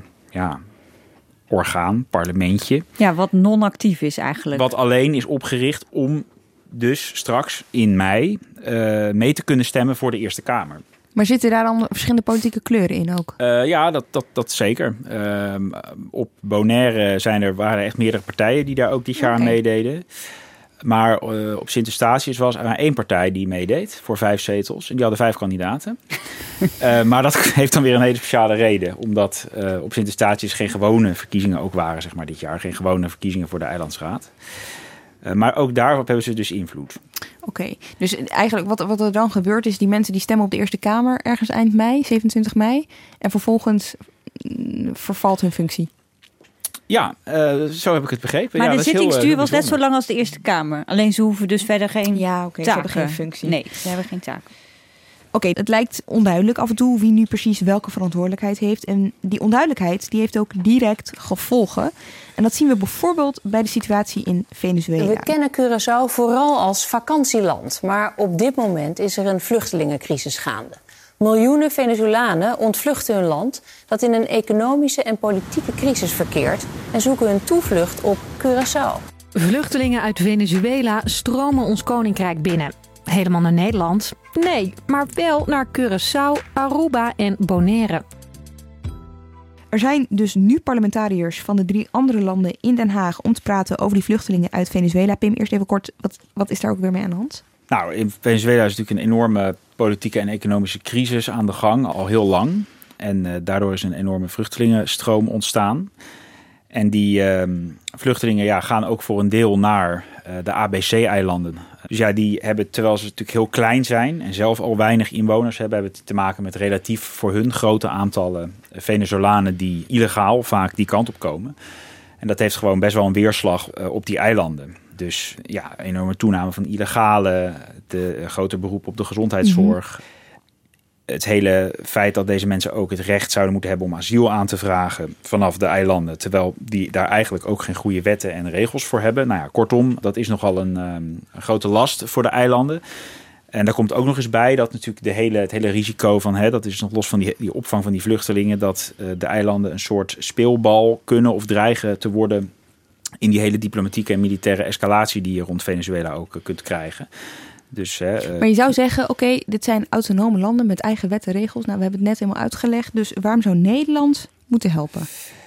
Speaker 4: orgaan, parlementje.
Speaker 5: Ja, wat non-actief is eigenlijk.
Speaker 4: Wat alleen is opgericht om dus straks in mei mee te kunnen stemmen voor de Eerste Kamer.
Speaker 2: Maar zitten daar dan verschillende politieke kleuren in ook?
Speaker 4: Ja, dat zeker. Op Bonaire waren echt meerdere partijen die daar ook dit jaar meededen. Maar op Sint-Eustatius was er maar 1 partij die meedeed voor 5 zetels. En die hadden 5 kandidaten. Maar dat heeft dan weer een hele speciale reden. Omdat op Sint-Eustatius geen gewone verkiezingen ook waren, zeg maar, dit jaar. Geen gewone verkiezingen voor de eilandsraad. Maar ook daarop hebben ze dus invloed.
Speaker 2: Oké, dus eigenlijk wat er dan gebeurt is, die mensen die stemmen op de Eerste Kamer ergens eind mei, 27 mei. En vervolgens vervalt hun functie.
Speaker 4: Ja, zo heb ik het begrepen.
Speaker 5: Maar
Speaker 4: ja,
Speaker 5: de zittingsduur was net zo lang als de Eerste Kamer. Alleen ze hoeven dus verder geen taken.
Speaker 2: Ze hebben geen functie.
Speaker 5: Nee, ze hebben geen taken.
Speaker 2: Oké, het lijkt onduidelijk af en toe wie nu precies welke verantwoordelijkheid heeft. En die onduidelijkheid die heeft ook direct gevolgen. En dat zien we bijvoorbeeld bij de situatie in Venezuela.
Speaker 12: We kennen Curaçao vooral als vakantieland. Maar op dit moment is er een vluchtelingencrisis gaande. Miljoenen Venezolanen ontvluchten hun land dat in een economische en politieke crisis verkeert en zoeken hun toevlucht op Curaçao.
Speaker 13: Vluchtelingen uit Venezuela stromen ons koninkrijk binnen. Helemaal naar Nederland? Nee, maar wel naar Curaçao, Aruba en Bonaire.
Speaker 2: Er zijn dus nu parlementariërs van de 3 andere landen in Den Haag om te praten over die vluchtelingen uit Venezuela. Pim, eerst even kort, wat is daar ook weer mee aan de hand?
Speaker 4: Nou, in Venezuela is natuurlijk een enorme politieke en economische crisis aan de gang, al heel lang. En daardoor is een enorme vluchtelingenstroom ontstaan. En die vluchtelingen gaan ook voor een deel naar de ABC-eilanden. Dus ja, die hebben, terwijl ze natuurlijk heel klein zijn en zelf al weinig inwoners hebben te maken met relatief voor hun grote aantallen Venezolanen die illegaal vaak die kant op komen. En dat heeft gewoon best wel een weerslag op die eilanden. Dus ja, enorme toename van illegale, de groter beroep op de gezondheidszorg. Het hele feit dat deze mensen ook het recht zouden moeten hebben om asiel aan te vragen vanaf de eilanden, terwijl die daar eigenlijk ook geen goede wetten en regels voor hebben. Nou ja, kortom, dat is nogal een grote last voor de eilanden. En daar komt ook nog eens bij dat natuurlijk het hele risico van, dat is nog los van die opvang van die vluchtelingen, dat de eilanden een soort speelbal kunnen of dreigen te worden in die hele diplomatieke en militaire escalatie die je rond Venezuela ook kunt krijgen. Dus,
Speaker 2: maar je zou zeggen, oké, dit zijn autonome landen met eigen wetten en regels. Nou, we hebben het net helemaal uitgelegd. Dus waarom zou Nederland moeten helpen?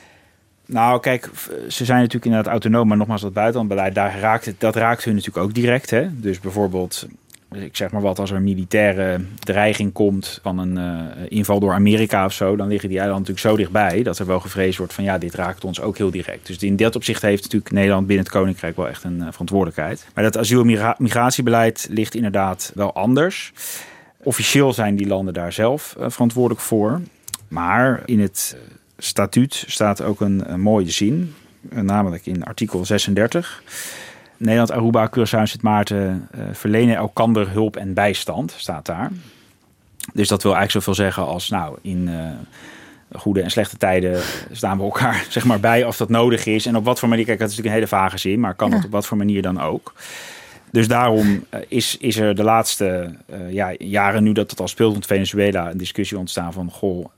Speaker 4: Nou, kijk, ze zijn natuurlijk inderdaad autonoom, maar nogmaals, dat buitenlandbeleid, dat raakt hun natuurlijk ook direct. Hè? Dus bijvoorbeeld, ik zeg maar wat, als er een militaire dreiging komt van een inval door Amerika of zo, dan liggen die eilanden natuurlijk zo dichtbij dat er wel gevreesd wordt van dit raakt ons ook heel direct. Dus in dat opzicht heeft natuurlijk Nederland binnen het Koninkrijk wel echt een verantwoordelijkheid. Maar dat asiel- en migratiebeleid ligt inderdaad wel anders. Officieel zijn die landen daar zelf verantwoordelijk voor. Maar in het statuut staat ook een mooie zin, namelijk in artikel 36. Nederland, Aruba, Curaçao en Sint Maarten verlenen elkander hulp en bijstand, staat daar. Dus dat wil eigenlijk zoveel zeggen als, in goede en slechte tijden staan we elkaar zeg maar bij als dat nodig is. En op wat voor manier, kijk, dat is natuurlijk een hele vage zin, maar kan dat op wat voor manier dan ook. Dus daarom is er de laatste jaren, nu dat het al speelt rond Venezuela, een discussie ontstaan van,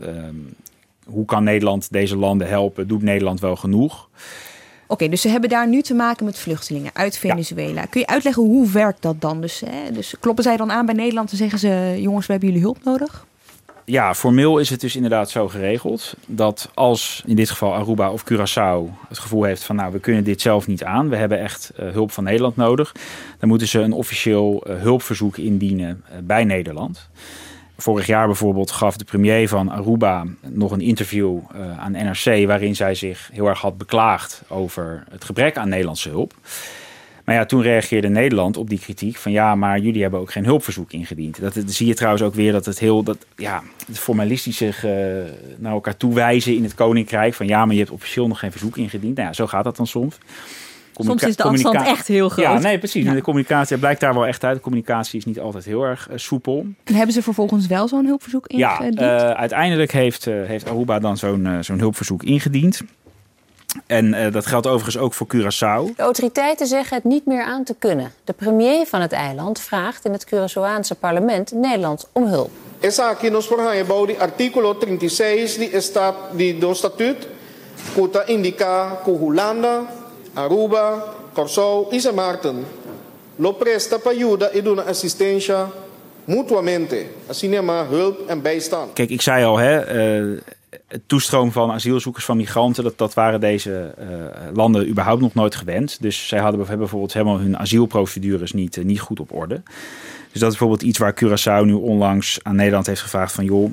Speaker 4: hoe kan Nederland deze landen helpen? Doet Nederland wel genoeg?
Speaker 2: Oké, dus ze hebben daar nu te maken met vluchtelingen uit Venezuela. Ja. Kun je uitleggen hoe werkt dat dan? Dus kloppen zij dan aan bij Nederland en zeggen ze, jongens, we hebben jullie hulp nodig?
Speaker 4: Formeel is het dus inderdaad zo geregeld dat als in dit geval Aruba of Curaçao het gevoel heeft van we kunnen dit zelf niet aan, we hebben echt hulp van Nederland nodig, dan moeten ze een officieel hulpverzoek indienen bij Nederland. Vorig jaar bijvoorbeeld gaf de premier van Aruba nog een interview aan NRC waarin zij zich heel erg had beklaagd over het gebrek aan Nederlandse hulp. Maar toen reageerde Nederland op die kritiek van maar jullie hebben ook geen hulpverzoek ingediend. Dat zie je trouwens ook weer dat het formalistische naar elkaar toewijzen in het Koninkrijk van maar je hebt officieel nog geen verzoek ingediend. Zo gaat dat dan soms.
Speaker 5: Soms is de afstand echt heel groot.
Speaker 4: Ja, nee, precies. Ja. De communicatie blijkt daar wel echt uit. De communicatie is niet altijd heel erg soepel.
Speaker 2: En hebben ze vervolgens wel zo'n hulpverzoek ingediend?
Speaker 4: Ja, uiteindelijk heeft Aruba dan zo'n hulpverzoek ingediend. En dat geldt overigens ook voor Curaçao.
Speaker 12: De autoriteiten zeggen het niet meer aan te kunnen. De premier van het eiland vraagt in het Curaçaoaanse parlement Nederland om hulp.
Speaker 14: Essa aqui nos forranha de artículo 36 do estatuto, que indica que Holanda, Aruba, Curaçao e Sint Maarten lo presta para ajuda e dona assistência mutuamente, assim maar hulp en bijstand.
Speaker 4: Kijk, ik zei al, het toestroom van asielzoekers, van migranten, dat waren deze landen überhaupt nog nooit gewend. Dus zij hebben bijvoorbeeld helemaal hun asielprocedures niet goed op orde. Dus dat is bijvoorbeeld iets waar Curaçao nu onlangs aan Nederland heeft gevraagd van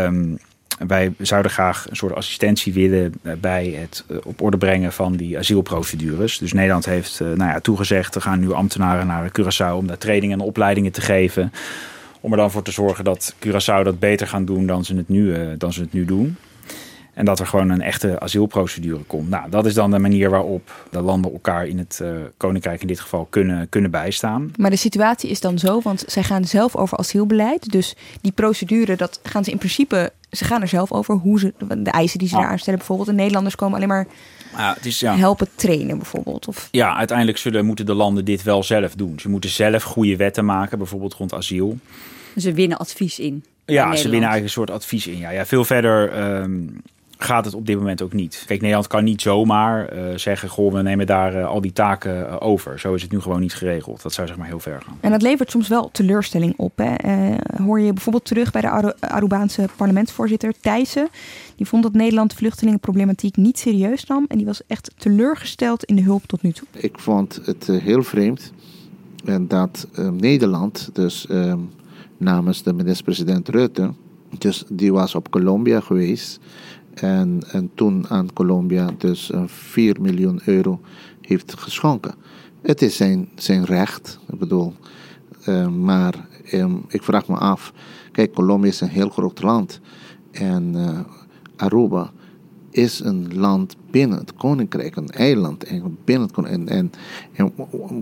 Speaker 4: wij zouden graag een soort assistentie willen bij het op orde brengen van die asielprocedures. Dus Nederland heeft toegezegd, er gaan nu ambtenaren naar Curaçao om daar trainingen en opleidingen te geven. Om er dan voor te zorgen dat Curaçao dat beter gaan doen dan ze het nu doen. En dat er gewoon een echte asielprocedure komt. Dat is dan de manier waarop de landen elkaar in het Koninkrijk in dit geval kunnen bijstaan.
Speaker 2: Maar de situatie is dan zo, want zij gaan zelf over asielbeleid. Dus die procedure, dat gaan ze in principe, ze gaan er zelf over hoe ze de eisen die ze daar aanstellen bijvoorbeeld. De Nederlanders komen alleen maar helpen trainen bijvoorbeeld. Of... Ja,
Speaker 4: uiteindelijk moeten de landen dit wel zelf doen. Ze moeten zelf goede wetten maken, bijvoorbeeld rond asiel.
Speaker 5: Ze winnen advies in.
Speaker 4: Ja, ze winnen eigenlijk een soort advies in. Ja, veel verder gaat het op dit moment ook niet. Kijk, Nederland kan niet zomaar zeggen, we nemen daar al die taken over. Zo is het nu gewoon niet geregeld. Dat zou zeg maar heel ver gaan.
Speaker 2: En dat levert soms wel teleurstelling op. Hè? Hoor je bijvoorbeeld terug bij de Arubaanse parlementsvoorzitter Thijssen. Die vond dat Nederland de vluchtelingenproblematiek niet serieus nam. En die was echt teleurgesteld in de hulp tot nu toe.
Speaker 15: Ik vond het heel vreemd dat Nederland dus namens de minister-president Rutte, dus die was op Colombia geweest en toen aan Colombia dus 4 miljoen euro heeft geschonken. Het is zijn recht, ik bedoel, maar ik vraag me af, kijk, Colombia is een heel groot land en Aruba is een land binnen het Koninkrijk, een eiland binnen het Koninkrijk. En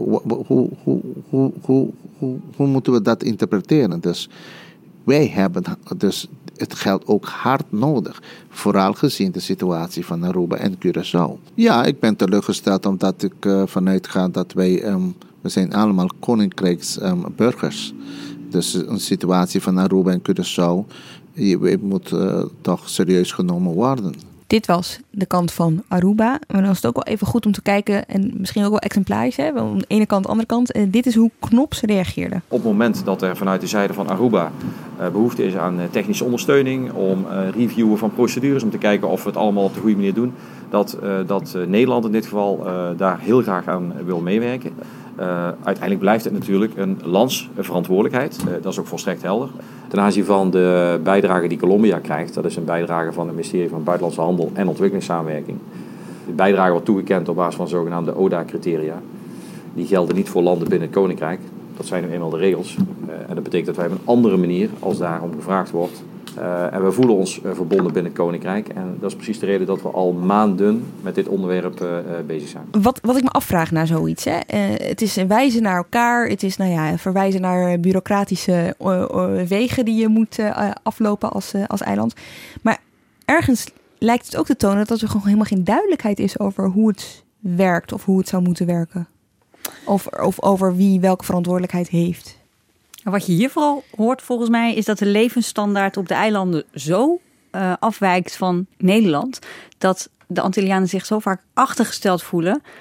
Speaker 15: hoe moeten we dat interpreteren? Dus wij hebben dus het geld ook hard nodig. Vooral gezien de situatie van Aruba en Curaçao. Ja, ik ben teleurgesteld omdat ik vanuit ga dat we zijn allemaal koninkrijksburgers. Dus een situatie van Aruba en Curaçao moet toch serieus genomen worden.
Speaker 2: Dit was de kant van Aruba. Maar dan is het ook wel even goed om te kijken en misschien ook wel exemplarisch. Hè? Aan de ene kant, de andere kant. Dit is hoe Knops reageerde.
Speaker 16: Op het moment dat er vanuit de zijde van Aruba behoefte is aan technische ondersteuning, om reviewen van procedures, om te kijken of we het allemaal op de goede manier doen, dat Nederland in dit geval daar heel graag aan wil meewerken. Uiteindelijk blijft het natuurlijk een landsverantwoordelijkheid. Dat is ook volstrekt helder. Ten aanzien van de bijdrage die Colombia krijgt, dat is een bijdrage van het ministerie van Buitenlandse Handel en Ontwikkelingssamenwerking. De bijdrage wordt toegekend op basis van zogenaamde ODA-criteria. Die gelden niet voor landen binnen het Koninkrijk. Dat zijn nu eenmaal de regels. En dat betekent dat wij op een andere manier, als daarom gevraagd wordt. En we voelen ons verbonden binnen het Koninkrijk. En dat is precies de reden dat we al maanden met dit onderwerp bezig zijn.
Speaker 2: Wat ik me afvraag na zoiets. Hè? Het is wijzen naar elkaar. Het is verwijzen naar bureaucratische wegen die je moet aflopen als eiland. Maar ergens lijkt het ook te tonen dat er gewoon helemaal geen duidelijkheid is over hoe het werkt of hoe het zou moeten werken. Of over wie welke verantwoordelijkheid heeft.
Speaker 5: Wat je hier vooral hoort volgens mij is dat de levensstandaard op de eilanden zo afwijkt van Nederland, dat de Antillianen zich zo vaak achtergesteld voelen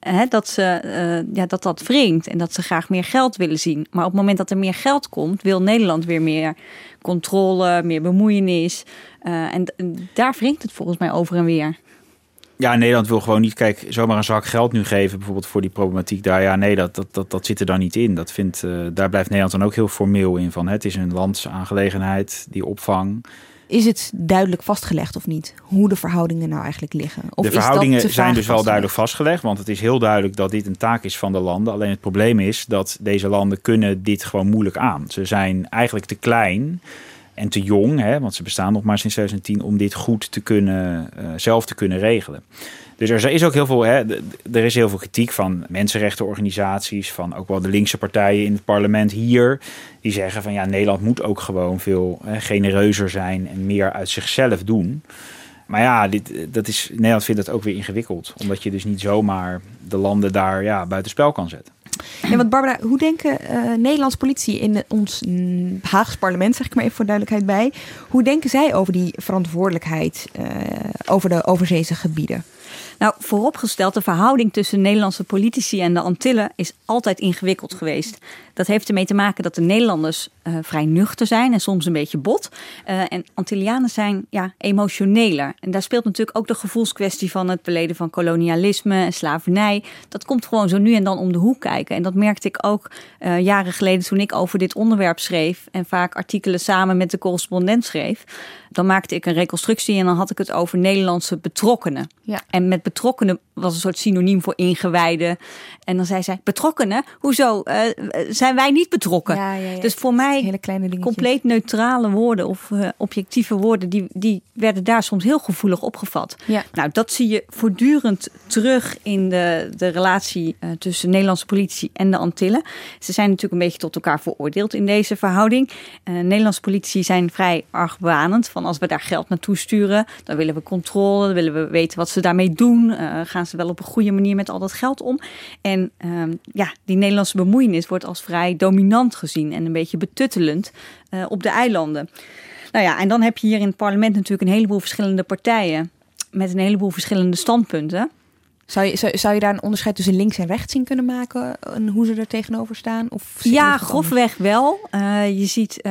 Speaker 5: dat wringt en dat ze graag meer geld willen zien. Maar op het moment dat er meer geld komt, wil Nederland weer meer controle, meer bemoeienis. En daar wringt het volgens mij over en weer.
Speaker 4: Ja, Nederland wil gewoon niet, zomaar een zak geld nu geven, bijvoorbeeld voor die problematiek daar. Ja, nee, dat zit er dan niet in. Daar blijft Nederland dan ook heel formeel in van. Het is een landsaangelegenheid, die opvang.
Speaker 2: Is het duidelijk vastgelegd of niet? Hoe de verhoudingen nou eigenlijk liggen? Of
Speaker 4: de verhoudingen zijn dus wel duidelijk vastgelegd. Want het is heel duidelijk dat dit een taak is van de landen. Alleen het probleem is dat deze landen kunnen dit gewoon moeilijk aan. Ze zijn eigenlijk te klein en te jong, want ze bestaan nog maar sinds 2010... om dit goed te kunnen, zelf te kunnen regelen. Dus er is ook heel veel, er is heel veel kritiek van mensenrechtenorganisaties, van ook wel de linkse partijen in het parlement hier. Die zeggen van Nederland moet ook gewoon veel genereuzer zijn en meer uit zichzelf doen. Maar ja, Nederland vindt het ook weer ingewikkeld. Omdat je dus niet zomaar de landen daar buitenspel kan zetten.
Speaker 2: Ja, want Barbara, hoe denken Nederlandse politici in ons Haags parlement, zeg ik maar even voor duidelijkheid bij. Hoe denken zij over die verantwoordelijkheid over de overzeese gebieden?
Speaker 5: Nou, vooropgesteld, de verhouding tussen Nederlandse politici en de Antillen is altijd ingewikkeld geweest. Dat heeft ermee te maken dat de Nederlanders vrij nuchter zijn en soms een beetje bot. En Antillianen zijn emotioneler. En daar speelt natuurlijk ook de gevoelskwestie van het verleden van kolonialisme en slavernij. Dat komt gewoon zo nu en dan om de hoek kijken. En dat merkte ik ook jaren geleden toen ik over dit onderwerp schreef en vaak artikelen samen met de correspondent schreef. Dan maakte ik een reconstructie en dan had ik het over Nederlandse betrokkenen. Ja. En met betrokkenen was een soort synoniem voor ingewijden. En dan zei zij, betrokkenen? Hoezo? Zijn wij niet betrokken? Ja. Dus voor mij hele kleine compleet neutrale woorden of objectieve woorden, die werden daar soms heel gevoelig opgevat. Ja. Nou, dat zie je voortdurend terug in de relatie tussen Nederlandse politici en de Antillen. Ze zijn natuurlijk een beetje tot elkaar veroordeeld in deze verhouding. Nederlandse politici zijn vrij argwanend van als we daar geld naartoe sturen, dan willen we controle, dan willen we weten wat ze daarmee doen. Gaan ze wel op een goede manier met al dat geld om? En die Nederlandse bemoeienis wordt als vrij dominant gezien en een beetje betuttelend op de eilanden. Nou ja, en dan heb je hier in het parlement natuurlijk een heleboel verschillende partijen met een heleboel verschillende standpunten.
Speaker 2: Zou je daar een onderscheid tussen links en rechts in kunnen maken? En hoe ze er tegenover staan? Of
Speaker 5: grofweg wel. Je ziet,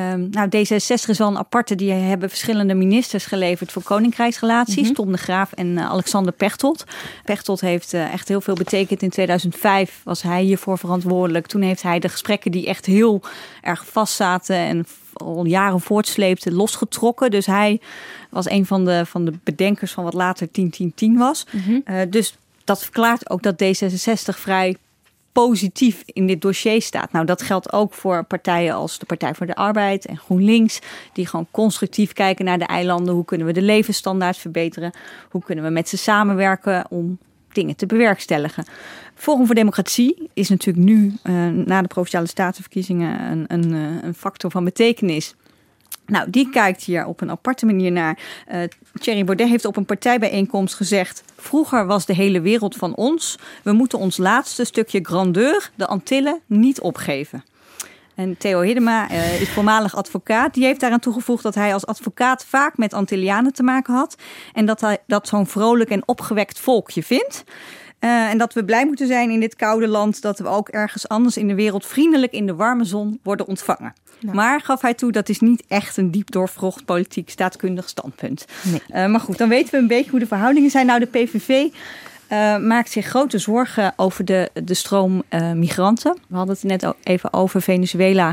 Speaker 5: D66 is wel een aparte. Die hebben verschillende ministers geleverd voor koninkrijksrelaties. Mm-hmm. Tom de Graaf en Alexander Pechtold. Pechtold heeft echt heel veel betekend. In 2005 was hij hiervoor verantwoordelijk. Toen heeft hij de gesprekken die echt heel erg vastzaten en al jaren voortsleepte, losgetrokken. Dus hij was een van de bedenkers van wat later 10-10-10 was. Mm-hmm. Dus dat verklaart ook dat D66 vrij positief in dit dossier staat. Nou, dat geldt ook voor partijen als de Partij voor de Arbeid en GroenLinks, die gewoon constructief kijken naar de eilanden. Hoe kunnen we de levensstandaard verbeteren? Hoe kunnen we met ze samenwerken om dingen te bewerkstelligen? Forum voor Democratie is natuurlijk nu, na de Provinciale Statenverkiezingen, een factor van betekenis. Nou, die kijkt hier op een aparte manier naar. Thierry Baudet heeft op een partijbijeenkomst gezegd: vroeger was de hele wereld van ons. We moeten ons laatste stukje grandeur, de Antillen, niet opgeven. En Theo Hiddema is voormalig advocaat. Die heeft daaraan toegevoegd dat hij als advocaat vaak met Antillianen te maken had. En dat hij dat zo'n vrolijk en opgewekt volkje vindt. En dat we blij moeten zijn in dit koude land, dat we ook ergens anders in de wereld vriendelijk in de warme zon worden ontvangen. Nou. Maar, gaf hij toe, dat is niet echt een diep doorvrocht politiek staatkundig standpunt. Nee. Maar goed, dan weten we een beetje hoe de verhoudingen zijn. Nou, de PVV maakt zich grote zorgen over de stroom migranten. We hadden het net even over Venezuela.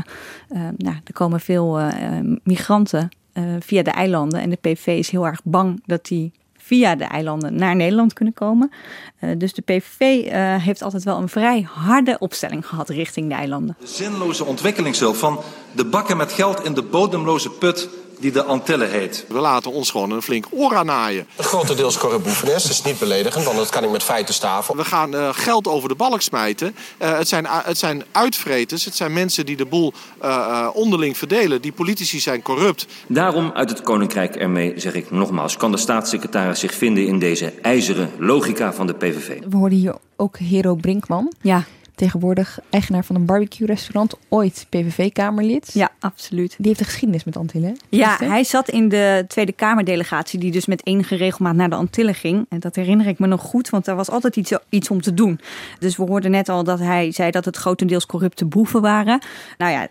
Speaker 5: Er komen veel migranten via de eilanden. En de PVV is heel erg bang dat die via de eilanden naar Nederland kunnen komen. Dus de PVV heeft altijd wel een vrij harde opstelling gehad richting de eilanden.
Speaker 17: De zinloze ontwikkelingshulp van de bakken met geld in de bodemloze put die de Antillen heet.
Speaker 18: We laten ons gewoon een flink oor aan naaien.
Speaker 19: Grotendeels corruptiefenis, dat is niet beledigend, want dat kan ik met feiten staven.
Speaker 18: We gaan geld over de balk smijten. Het zijn uitvreters, het zijn mensen die de boel onderling verdelen. Die politici zijn corrupt.
Speaker 20: Daarom uit het Koninkrijk ermee, zeg ik nogmaals, kan de staatssecretaris zich vinden in deze ijzeren logica van de PVV.
Speaker 2: We hoorden hier ook Hero Brinkman.
Speaker 5: Ja.
Speaker 2: tegenwoordig eigenaar van een barbecue-restaurant, ooit PVV-kamerlid.
Speaker 5: Ja, absoluut.
Speaker 2: Die heeft een geschiedenis met Antillen.
Speaker 5: Ja, hij zat in de Tweede Kamerdelegatie die dus met enige regelmaat naar de Antillen ging. En dat herinner ik me nog goed, want daar was altijd iets om te doen. Dus we hoorden net al dat hij zei dat het grotendeels corrupte boeven waren. Nou ja,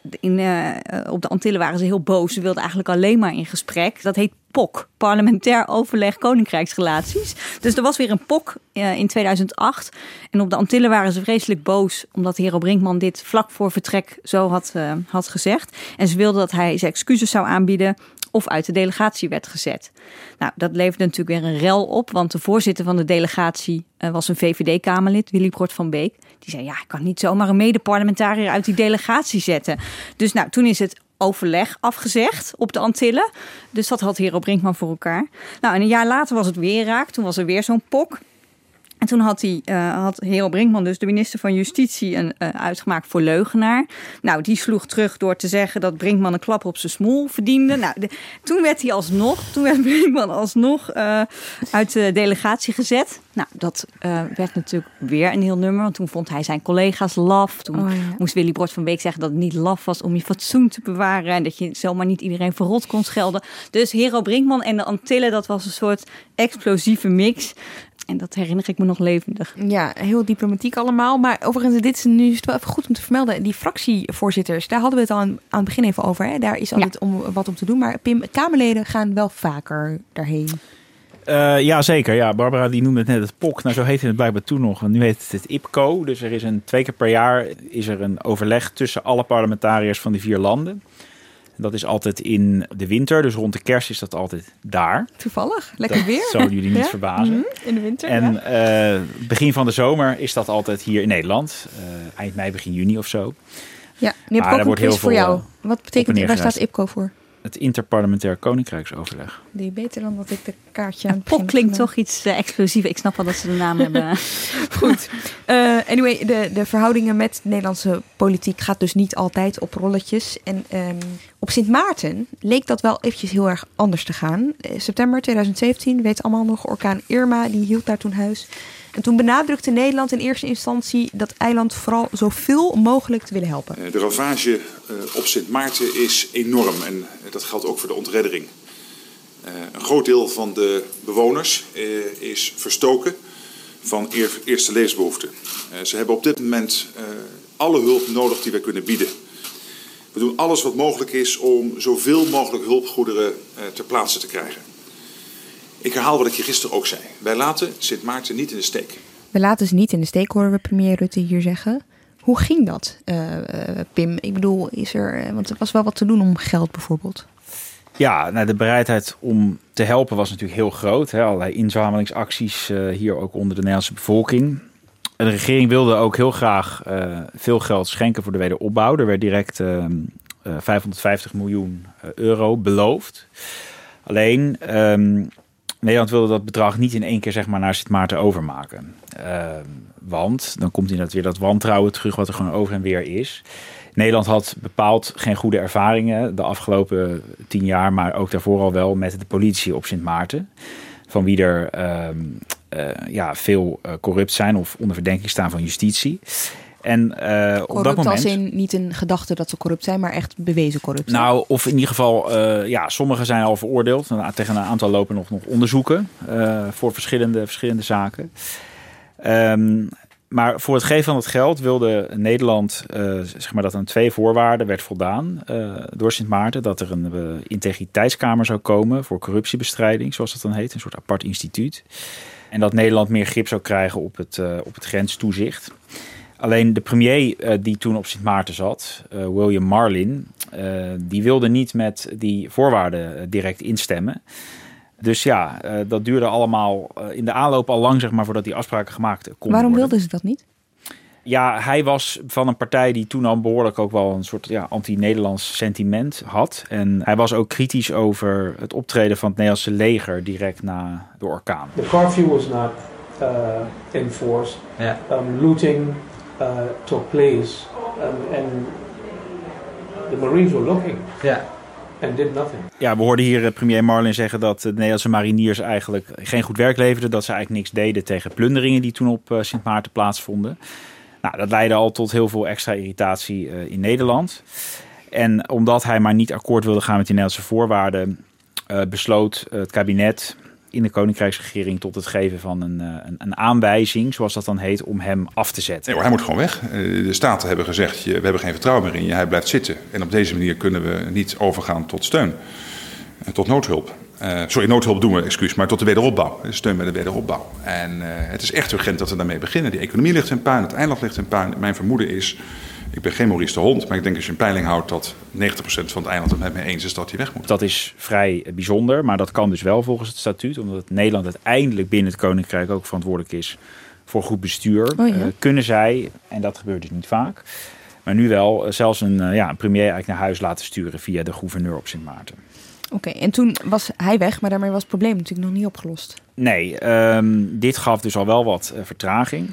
Speaker 5: op de Antillen waren ze heel boos. Ze wilden eigenlijk alleen maar in gesprek. Dat heet POC, Parlementair Overleg Koninkrijksrelaties. Dus er was weer een POC in 2008. En op de Antillen waren ze vreselijk boos, omdat Hero Brinkman dit vlak voor vertrek zo had gezegd. En ze wilden dat hij zijn excuses zou aanbieden of uit de delegatie werd gezet. Nou, dat leverde natuurlijk weer een rel op, want de voorzitter van de delegatie was een VVD-kamerlid, Willy Brod van Beek. Die zei, ja, ik kan niet zomaar een mede-parlementariër uit die delegatie zetten. Dus nou, toen is het overleg afgezegd op de Antillen. Dus dat had Hero Brinkman voor elkaar. Nou, en een jaar later was het weer raak. Toen was er weer zo'n POC. En toen had Hero Brinkman, dus de minister van Justitie, uitgemaakt voor leugenaar. Nou, die sloeg terug door te zeggen dat Brinkman een klap op zijn smoel verdiende. Nou, toen werd Brinkman alsnog uit de delegatie gezet. Nou, dat werd natuurlijk weer een heel nummer, want toen vond hij zijn collega's laf. Toen moest Willy Brod van Beek zeggen dat het niet laf was om je fatsoen te bewaren en dat je zomaar niet iedereen verrot kon schelden. Dus Hero Brinkman en de Antillen, dat was een soort explosieve mix. En dat herinner ik me nog levendig.
Speaker 2: Ja, heel diplomatiek allemaal. Maar overigens, dit is nu wel even goed om te vermelden. Die fractievoorzitters, daar hadden we het al aan het begin even over. Hè? Daar is altijd wat om te doen. Maar Pim, Kamerleden gaan wel vaker daarheen.
Speaker 4: Ja, zeker. Ja, Barbara die noemde het net het POC. Nou, zo heette het blijkbaar toen nog. Want nu heet het IPCO. Dus er is 2 keer per jaar is er een overleg tussen alle parlementariërs van die 4 landen. Dat is altijd in de winter, dus rond de kerst is dat altijd daar.
Speaker 2: Toevallig, lekker weer.
Speaker 4: Dat zullen jullie niet verbazen.
Speaker 2: In de winter,
Speaker 4: en begin van de zomer is dat altijd hier in Nederland. Eind mei, begin juni of zo.
Speaker 2: Ja, nu heb ik ook een quiz voor jou. Wat betekent, waar staat IPCO voor?
Speaker 4: Het Interparlementair Koninkrijksoverleg.
Speaker 2: Die beter dan wat ik de kaartje aan
Speaker 5: POC klinkt toch iets explosiever. Ik snap wel dat ze de naam hebben.
Speaker 2: Goed. Anyway, de verhoudingen met de Nederlandse politiek gaat dus niet altijd op rolletjes. En op Sint Maarten leek dat wel eventjes heel erg anders te gaan. September 2017, weet allemaal nog, orkaan Irma, die hield daar toen huis. En toen benadrukte Nederland in eerste instantie dat eiland vooral zoveel mogelijk te willen helpen.
Speaker 21: De ravage op Sint Maarten is enorm en dat geldt ook voor de ontreddering. Een groot deel van de bewoners is verstoken van eerste levensbehoeften. Ze hebben op dit moment alle hulp nodig die wij kunnen bieden. We doen alles wat mogelijk is om zoveel mogelijk hulpgoederen ter plaatse te krijgen. Ik herhaal wat ik je gisteren ook zei. Wij laten Sint Maarten niet in de steek.
Speaker 2: We laten ze niet in de steek, horen we premier Rutte hier zeggen. Hoe ging dat, Pim? Ik bedoel, want er was wel wat te doen om geld bijvoorbeeld.
Speaker 4: Ja, nou, de bereidheid om te helpen was natuurlijk heel groot. Hè? Allerlei inzamelingsacties hier ook onder de Nederlandse bevolking. De regering wilde ook heel graag veel geld schenken voor de wederopbouw. Er werd direct 550 miljoen euro beloofd. Alleen, Nederland wilde dat bedrag niet in één keer zeg maar, naar Sint Maarten overmaken. Want dan komt inderdaad weer dat wantrouwen terug wat er gewoon over en weer is. Nederland had bepaald geen goede ervaringen de afgelopen 10 jaar, maar ook daarvoor al wel met de politie op Sint Maarten. Van wie er veel corrupt zijn of onder verdenking staan van justitie. En op dat moment,
Speaker 2: als in niet een gedachte dat ze corrupt zijn, maar echt bewezen corrupt zijn.
Speaker 4: Nou, of in ieder geval, sommigen zijn al veroordeeld. Tegen een aantal lopen nog onderzoeken voor verschillende zaken. Maar voor het geven van het geld wilde Nederland dat aan 2 voorwaarden werd voldaan door Sint Maarten. Dat er een integriteitskamer zou komen voor corruptiebestrijding, zoals dat dan heet. Een soort apart instituut. En dat Nederland meer grip zou krijgen op het grenstoezicht. Alleen de premier die toen op Sint Maarten zat, William Marlin, die wilde niet met die voorwaarden direct instemmen. Dus ja, dat duurde allemaal in de aanloop al lang, zeg maar, voordat die afspraken gemaakt konden
Speaker 2: Waarom
Speaker 4: worden.
Speaker 2: wilden ze dat niet?
Speaker 4: Ja, hij was van een partij die toen al behoorlijk ook wel een soort anti-Nederlands sentiment had. En hij was ook kritisch over het optreden van het Nederlandse leger direct na de orkaan.
Speaker 22: The curfew was not enforced. Looting took place and the Marines were looking. And did nothing.
Speaker 4: Ja, we hoorden hier premier Marlin zeggen dat de Nederlandse mariniers eigenlijk geen goed werk leverden. Dat ze eigenlijk niks deden tegen plunderingen die toen op Sint Maarten plaatsvonden. Nou, dat leidde al tot heel veel extra irritatie in Nederland. En omdat hij maar niet akkoord wilde gaan met die Nederlandse voorwaarden, besloot het kabinet in de Koninkrijksregering tot het geven van een aanwijzing, zoals dat dan heet, om hem af te zetten.
Speaker 21: Nee, hij moet gewoon weg. De Staten hebben gezegd, we hebben geen vertrouwen meer in je, hij blijft zitten. En op deze manier kunnen we niet overgaan tot steun, tot noodhulp. Noodhulp doen we, maar tot de wederopbouw. Steun bij de wederopbouw. En het is echt urgent dat we daarmee beginnen. Die economie ligt in puin, het eiland ligt in puin. Mijn vermoeden is, ik ben geen Maurice de Hond, maar ik denk als je een peiling houdt dat 90% van het eiland het met me eens is dat hij weg moet.
Speaker 4: Dat is vrij bijzonder, maar dat kan dus wel volgens het statuut, omdat Nederland uiteindelijk binnen het Koninkrijk ook verantwoordelijk is voor goed bestuur. Kunnen zij, en dat gebeurt dus niet vaak, maar nu wel zelfs een premier eigenlijk naar huis laten sturen via de gouverneur op Sint Maarten.
Speaker 2: Oké, en toen was hij weg, maar daarmee was het probleem natuurlijk nog niet opgelost.
Speaker 4: Nee, dit gaf dus al wel wat vertraging.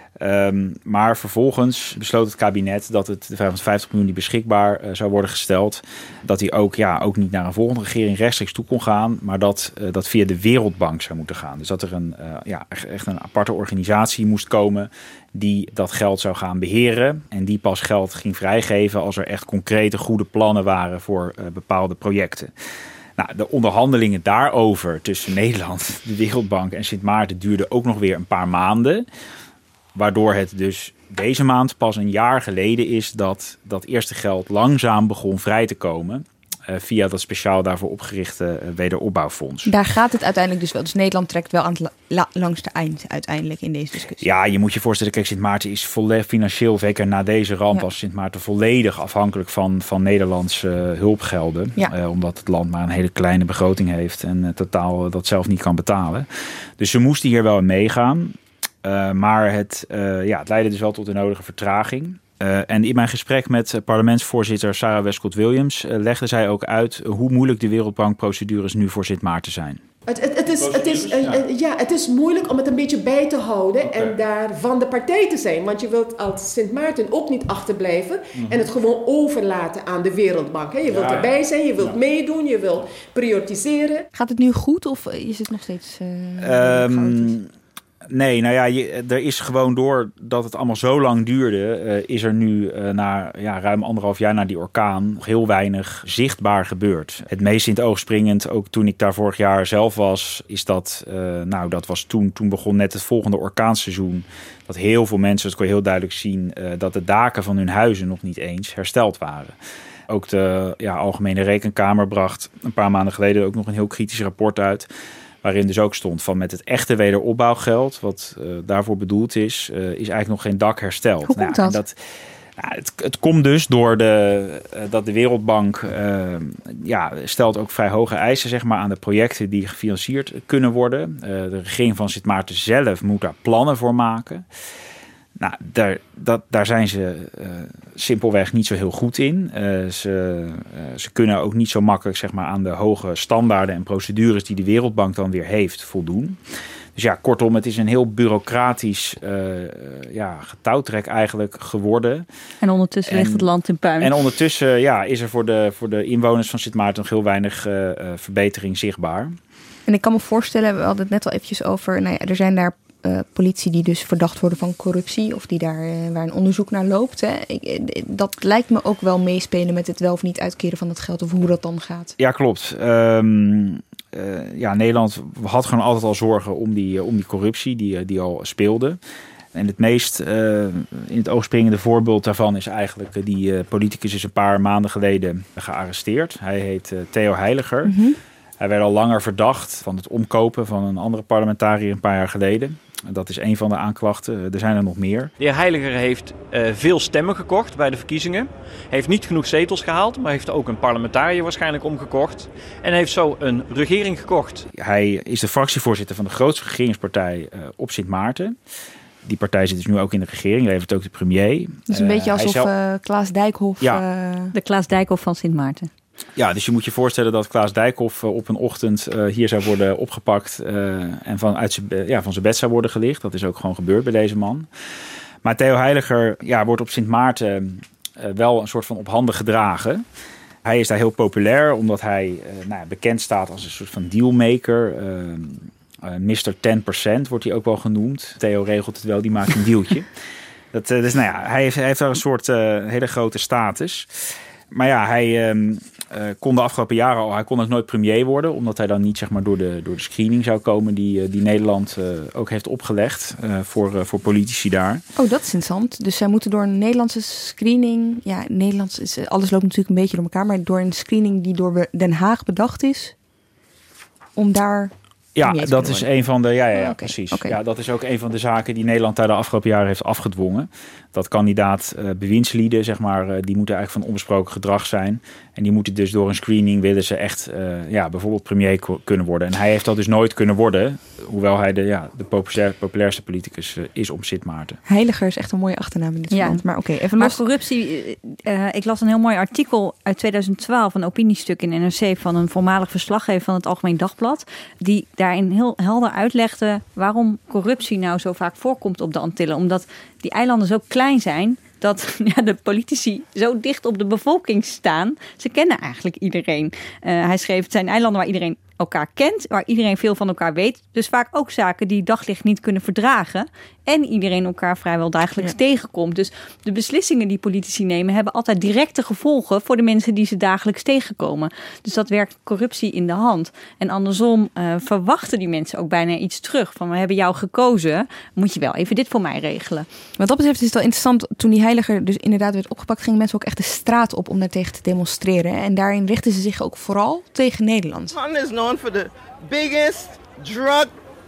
Speaker 4: Maar vervolgens besloot het kabinet dat het de 550 miljoen die beschikbaar zou worden gesteld, dat hij ook niet naar een volgende regering rechtstreeks toe kon gaan, maar dat via de Wereldbank zou moeten gaan. Dus dat er echt een aparte organisatie moest komen die dat geld zou gaan beheren en die pas geld ging vrijgeven als er echt concrete goede plannen waren voor bepaalde projecten. Nou, de onderhandelingen daarover tussen Nederland, de Wereldbank en Sint Maarten duurden ook nog weer een paar maanden. Waardoor het dus deze maand pas een jaar geleden is dat dat eerste geld langzaam begon vrij te komen. Via dat speciaal daarvoor opgerichte wederopbouwfonds.
Speaker 2: Daar gaat het uiteindelijk dus wel. Dus Nederland trekt wel aan het langste eind uiteindelijk in deze discussie.
Speaker 4: Ja, je moet je voorstellen, kijk, Sint Maarten is financieel, zeker na deze ramp, was Sint Maarten volledig afhankelijk van Nederlandse hulpgelden.
Speaker 2: Ja.
Speaker 4: Omdat het land maar een hele kleine begroting heeft en totaal dat zelf niet kan betalen. Dus ze moesten hier wel in meegaan. Maar het leidde dus wel tot de nodige vertraging. En in mijn gesprek met parlementsvoorzitter Sarah Westcott-Williams legde zij ook uit hoe moeilijk de Wereldbankprocedures nu voor Sint Maarten zijn.
Speaker 7: Het is moeilijk om het een beetje bij te houden en daar van de partij te zijn. Want je wilt als Sint Maarten ook niet achterblijven en het gewoon overlaten aan de Wereldbank. Je wilt erbij zijn, je wilt meedoen, je wilt prioritiseren.
Speaker 2: Gaat het nu goed of is het nog steeds
Speaker 4: Nee, er is gewoon doordat het allemaal zo lang duurde, is er nu na ruim 1,5 jaar na die orkaan nog heel weinig zichtbaar gebeurd. Het meest in het oog springend, ook toen ik daar vorig jaar zelf was, is dat, dat was toen begon net het volgende orkaanseizoen, dat heel veel mensen, dat kon je heel duidelijk zien, dat de daken van hun huizen nog niet eens hersteld waren. Ook de Algemene Rekenkamer bracht een paar maanden geleden ook nog een heel kritisch rapport uit, waarin dus ook stond van met het echte wederopbouwgeld, wat daarvoor bedoeld is eigenlijk nog geen dak hersteld.
Speaker 2: Hoe komt dat?
Speaker 4: Het komt dus door dat de Wereldbank stelt ook vrij hoge eisen, zeg maar, aan de projecten die gefinancierd kunnen worden. De regering van Sint Maarten zelf moet daar plannen voor maken. Nou, daar zijn ze simpelweg niet zo heel goed in. Ze kunnen ook niet zo makkelijk, zeg maar, aan de hoge standaarden en procedures die de Wereldbank dan weer heeft voldoen. Dus kortom, het is een heel bureaucratisch getouwtrek eigenlijk geworden.
Speaker 5: En ondertussen ligt het land in puin.
Speaker 4: En ondertussen is er voor de inwoners van Sint Maarten nog heel weinig verbetering zichtbaar.
Speaker 2: En ik kan me voorstellen, we hadden het net al eventjes over, er zijn daar politie die dus verdacht worden van corruptie of die daar waar een onderzoek naar loopt. Hè. Dat lijkt me ook wel meespelen met het wel of niet uitkeren van het geld of hoe dat dan gaat.
Speaker 4: Ja, klopt. Nederland had gewoon altijd al zorgen om die corruptie die al speelde. En het meest in het oog springende voorbeeld daarvan is eigenlijk die politicus is een paar maanden geleden gearresteerd. Hij heet Theo Heiliger. Mm-hmm. Hij werd al langer verdacht van het omkopen van een andere parlementariër een paar jaar geleden. Dat is een van de aanklachten. Er zijn er nog meer.
Speaker 1: De heer Heiliger heeft veel stemmen gekocht bij de verkiezingen. Heeft niet genoeg zetels gehaald, maar heeft ook een parlementariër waarschijnlijk omgekocht. En heeft zo een regering gekocht.
Speaker 4: Hij is de fractievoorzitter van de grootste regeringspartij op Sint Maarten. Die partij zit dus nu ook in de regering, levert ook de premier.
Speaker 2: Dus een beetje alsof Klaas Dijkhoff...
Speaker 5: De Klaas Dijkhoff van Sint Maarten.
Speaker 4: Ja, dus je moet je voorstellen dat Klaas Dijkhoff op een ochtend hier zou worden opgepakt en van zijn bed zou worden gelicht. Dat is ook gewoon gebeurd bij deze man. Maar Theo Heiliger wordt op Sint Maarten wel een soort van op handen gedragen. Hij is daar heel populair omdat hij bekend staat als een soort van dealmaker. Mr. 10% wordt hij ook wel genoemd. Theo regelt het wel, die maakt een dealtje. Dus nou ja, hij heeft daar een soort hele grote status. Maar ja, hij kon de afgelopen jaren al... Hij kon ook nooit premier worden, omdat hij dan niet zeg maar door de screening zou komen... die Nederland ook heeft opgelegd voor politici daar.
Speaker 2: Oh, dat is interessant. Dus zij moeten door een Nederlandse screening... Ja, Nederlands is... Alles loopt natuurlijk een beetje door elkaar... maar door een screening die door Den Haag bedacht is... om daar...
Speaker 4: Ja, dat is een van de... Ja, precies.
Speaker 2: Okay.
Speaker 4: Ja, dat is ook een van de zaken die Nederland daar de afgelopen jaren heeft afgedwongen. Dat kandidaat bewindslieden, zeg maar, die moeten eigenlijk van onbesproken gedrag zijn. En die moeten dus door een screening willen ze echt bijvoorbeeld premier kunnen worden. En hij heeft dat dus nooit kunnen worden, hoewel hij de populairste politicus is om Sint Maarten.
Speaker 2: Heiliger is echt een mooie achternaam in dit verband. Maar oké, even los.
Speaker 5: Maar corruptie, ik las een heel mooi artikel uit 2012, een opiniestuk in NRC van een voormalig verslaggever van het Algemeen Dagblad, die daarin heel helder uitlegde waarom corruptie nou zo vaak voorkomt op de Antillen. Omdat die eilanden zo klein zijn dat de politici zo dicht op de bevolking staan. Ze kennen eigenlijk iedereen. Hij schreef, het zijn eilanden waar iedereen elkaar kent, waar iedereen veel van elkaar weet. Dus vaak ook zaken die daglicht niet kunnen verdragen. En iedereen elkaar vrijwel dagelijks tegenkomt. Dus de beslissingen die politici nemen hebben altijd directe gevolgen voor de mensen die ze dagelijks tegenkomen. Dus dat werkt corruptie in de hand. En andersom verwachten die mensen ook bijna iets terug. Van we hebben jou gekozen, moet je wel even dit voor mij regelen.
Speaker 2: Wat dat betreft is het wel interessant. Toen die Heiliger dus inderdaad werd opgepakt, gingen mensen ook echt de straat op om daartegen te demonstreren. En daarin richten ze zich ook vooral tegen Nederland.
Speaker 3: London is known for the biggest drug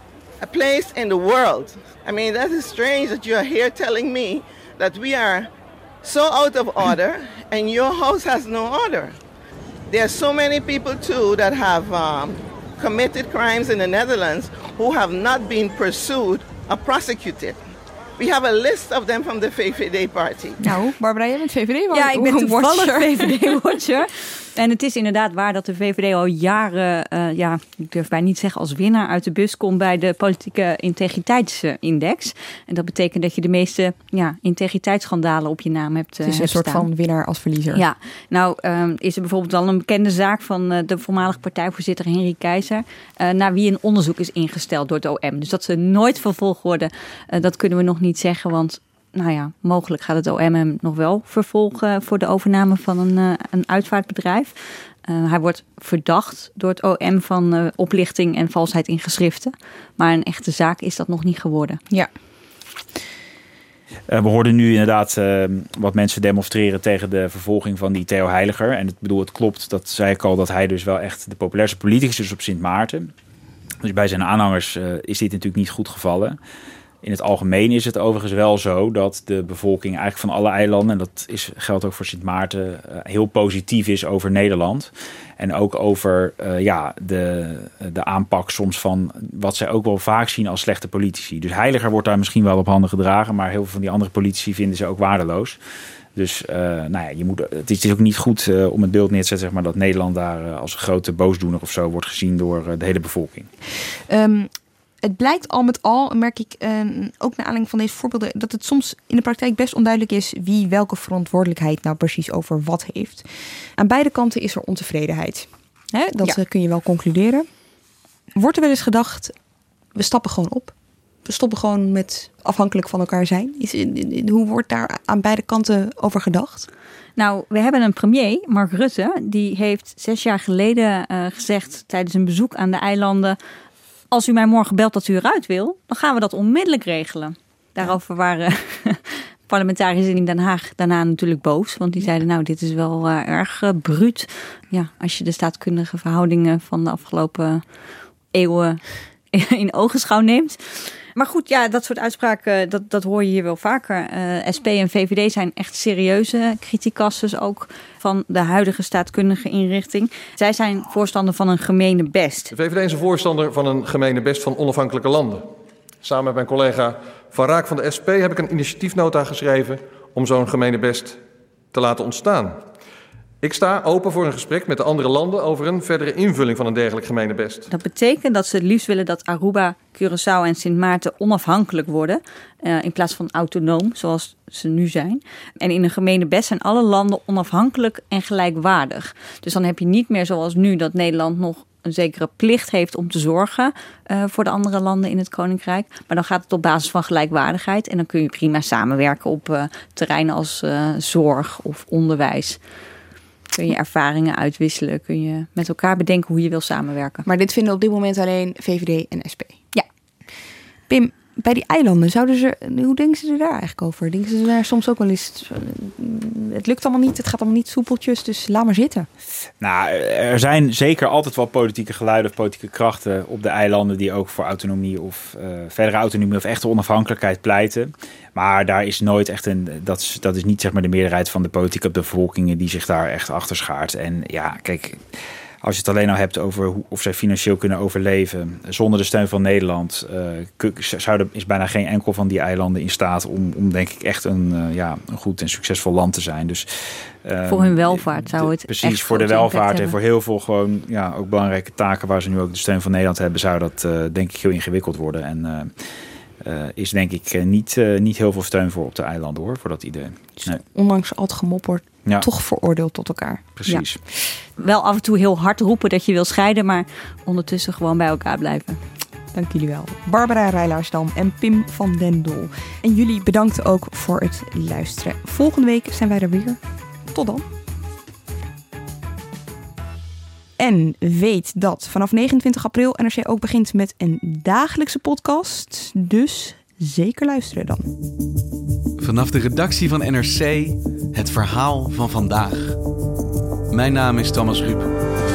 Speaker 3: place in the world. I mean, that is strange that you are here telling me that we are so out of order and your house has no order. There are so many people too that have committed crimes in the Netherlands who have not been pursued or prosecuted. We have a list of them from the VVD party.
Speaker 2: Nou, Barbara, jij bent VVD-watcher.
Speaker 5: Ja, ik ben toevallig VVD-watcher. En het is inderdaad waar dat de VVD al jaren, ik durf bijna niet zeggen als winnaar uit de bus komt bij de politieke integriteitsindex. En dat betekent dat je de meeste integriteitsschandalen op je naam hebt staan.
Speaker 2: Het is een soort van winnaar als verliezer.
Speaker 5: Ja, nou is er bijvoorbeeld al een bekende zaak van de voormalige partijvoorzitter Henry Keizer, naar wie een onderzoek is ingesteld door het OM. Dus dat ze nooit vervolgd worden, dat kunnen we nog niet zeggen, want mogelijk gaat het OM hem nog wel vervolgen voor de overname van een uitvaartbedrijf. Hij wordt verdacht door het OM van oplichting en valsheid in geschriften. Maar een echte zaak is dat nog niet geworden.
Speaker 2: Ja.
Speaker 4: We hoorden nu inderdaad wat mensen demonstreren tegen de vervolging van die Theo Heiliger. En het klopt, dat zei ik al, dat hij dus wel echt de populairste politicus is op Sint Maarten. Dus bij zijn aanhangers is dit natuurlijk niet goed gevallen. In het algemeen is het overigens wel zo dat de bevolking eigenlijk van alle eilanden, en dat geldt ook voor Sint Maarten, heel positief is over Nederland. En ook over de aanpak soms van wat zij ook wel vaak zien als slechte politici. Dus Heiliger wordt daar misschien wel op handen gedragen, maar heel veel van die andere politici vinden ze ook waardeloos. Dus het is ook niet goed om het beeld neer te zetten, zeg maar, dat Nederland daar als een grote boosdoener of zo wordt gezien door de hele bevolking.
Speaker 2: Het blijkt al met al, merk ik ook naar aanleiding van deze voorbeelden, dat het soms in de praktijk best onduidelijk is wie welke verantwoordelijkheid nou precies over wat heeft. Aan beide kanten is er ontevredenheid. Dat kun je wel concluderen. Wordt er wel eens gedacht, we stappen gewoon op. We stoppen gewoon met afhankelijk van elkaar zijn. Hoe wordt daar aan beide kanten over gedacht?
Speaker 5: Nou, we hebben een premier, Mark Rutte, die heeft 6 jaar geleden gezegd tijdens een bezoek aan de eilanden: als u mij morgen belt dat u eruit wil, dan gaan we dat onmiddellijk regelen. Daarover waren parlementariërs in Den Haag daarna natuurlijk boos. Want die zeiden, dit is wel erg bruut. Ja, als je de staatkundige verhoudingen van de afgelopen eeuwen in ogenschouw neemt. Maar goed, dat soort uitspraken, dat hoor je hier wel vaker. SP en VVD zijn echt serieuze criticasters ook van de huidige staatkundige inrichting. Zij zijn voorstander van een gemene best.
Speaker 6: De VVD is een voorstander van een gemene best van onafhankelijke landen. Samen met mijn collega Van Raak van de SP heb ik een initiatiefnota geschreven om zo'n gemene best te laten ontstaan. Ik sta open voor een gesprek met de andere landen over een verdere invulling van een dergelijk gemene best.
Speaker 5: Dat betekent dat ze het liefst willen dat Aruba, Curaçao en Sint Maarten onafhankelijk worden, in plaats van autonoom, zoals ze nu zijn. En in een gemene best zijn alle landen onafhankelijk en gelijkwaardig. Dus dan heb je niet meer zoals nu dat Nederland nog een zekere plicht heeft om te zorgen voor de andere landen in het Koninkrijk. Maar dan gaat het op basis van gelijkwaardigheid. En dan kun je prima samenwerken op terreinen als zorg of onderwijs. Kun je ervaringen uitwisselen. Kun je met elkaar bedenken hoe je wil samenwerken.
Speaker 2: Maar dit vinden op dit moment alleen VVD en SP.
Speaker 5: Ja.
Speaker 2: Pim, bij die eilanden, hoe denken ze er daar eigenlijk over? Denken ze daar soms ook wel eens, het lukt allemaal niet, het gaat allemaal niet soepeltjes, dus laat maar zitten?
Speaker 4: Nou, er zijn zeker altijd wel politieke geluiden of politieke krachten op de eilanden die ook voor autonomie of verdere autonomie of echte onafhankelijkheid pleiten. Maar daar is nooit echt dat is niet zeg maar de meerderheid van de politieke bevolkingen die zich daar echt achter schaart. En ja, kijk, als je het alleen al hebt over of zij financieel kunnen overleven zonder de steun van Nederland, is bijna geen enkel van die eilanden in staat om denk ik echt een goed en succesvol land te zijn. Dus
Speaker 5: voor hun welvaart zou het
Speaker 4: precies
Speaker 5: echt
Speaker 4: voor de welvaart en voor heel veel gewoon ook belangrijke taken waar ze nu ook de steun van Nederland hebben, zou dat denk ik heel ingewikkeld worden. En is denk ik niet heel veel steun voor op de eilanden hoor, voor dat idee. Nee.
Speaker 2: Ondanks al het gemopper toch veroordeeld tot elkaar.
Speaker 4: Precies.
Speaker 5: Ja. Wel af en toe heel hard roepen dat je wil scheiden, maar ondertussen gewoon bij elkaar blijven.
Speaker 2: Dank jullie wel. Barbara Rijlaarsdam en Pim van den Doel. En jullie bedankt ook voor het luisteren. Volgende week zijn wij er weer. Tot dan. En weet dat vanaf 29 april NRC ook begint met een dagelijkse podcast. Dus zeker luisteren dan.
Speaker 8: Vanaf de redactie van NRC, het verhaal van vandaag. Mijn naam is Thomas Ruip.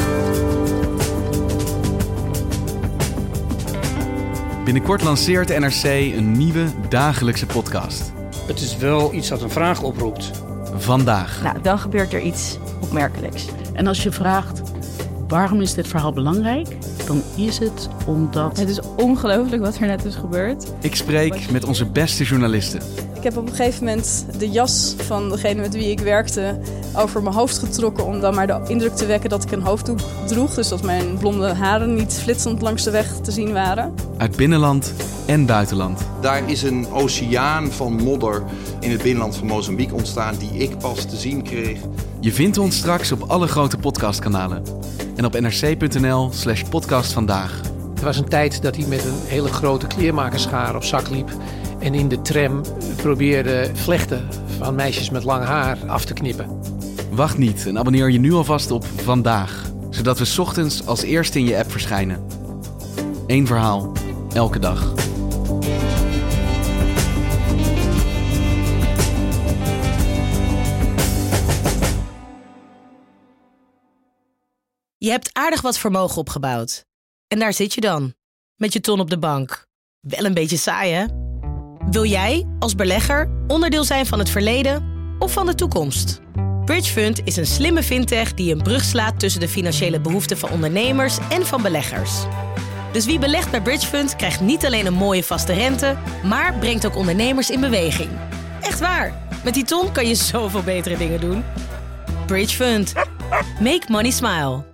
Speaker 8: Binnenkort lanceert NRC een nieuwe dagelijkse podcast.
Speaker 9: Het is wel iets dat een vraag oproept.
Speaker 8: Vandaag.
Speaker 23: Nou, dan gebeurt er iets opmerkelijks.
Speaker 24: En als je vraagt, waarom is dit verhaal belangrijk? Dan is het omdat...
Speaker 23: Het is ongelooflijk wat er net is gebeurd.
Speaker 8: Ik spreek met onze beste journalisten.
Speaker 25: Ik heb op een gegeven moment de jas van degene met wie ik werkte over mijn hoofd getrokken om dan maar de indruk te wekken dat ik een hoofddoek droeg. Dus dat mijn blonde haren niet flitsend langs de weg te zien waren.
Speaker 8: Uit binnenland en buitenland.
Speaker 26: Daar is een oceaan van modder in het binnenland van Mozambique ontstaan die ik pas te zien kreeg.
Speaker 8: Je vindt ons straks op alle grote podcastkanalen. En op nrc.nl/podcastvandaag.
Speaker 9: Er was een tijd dat hij met een hele grote kleermakerschaar op zak liep en in de tram probeerde vlechten van meisjes met lang haar af te knippen.
Speaker 8: Wacht niet en abonneer je nu alvast op Vandaag, zodat we 's ochtends als eerste in je app verschijnen. Eén verhaal, elke dag.
Speaker 27: Je hebt aardig wat vermogen opgebouwd. En daar zit je dan, met je ton op de bank. Wel een beetje saai, hè? Wil jij, als belegger, onderdeel zijn van het verleden of van de toekomst? Bridgefund is een slimme fintech die een brug slaat tussen de financiële behoeften van ondernemers en van beleggers. Dus wie belegt bij Bridgefund krijgt niet alleen een mooie vaste rente, maar brengt ook ondernemers in beweging. Echt waar, met die ton kan je zoveel betere dingen doen. Bridgefund. Make money smile.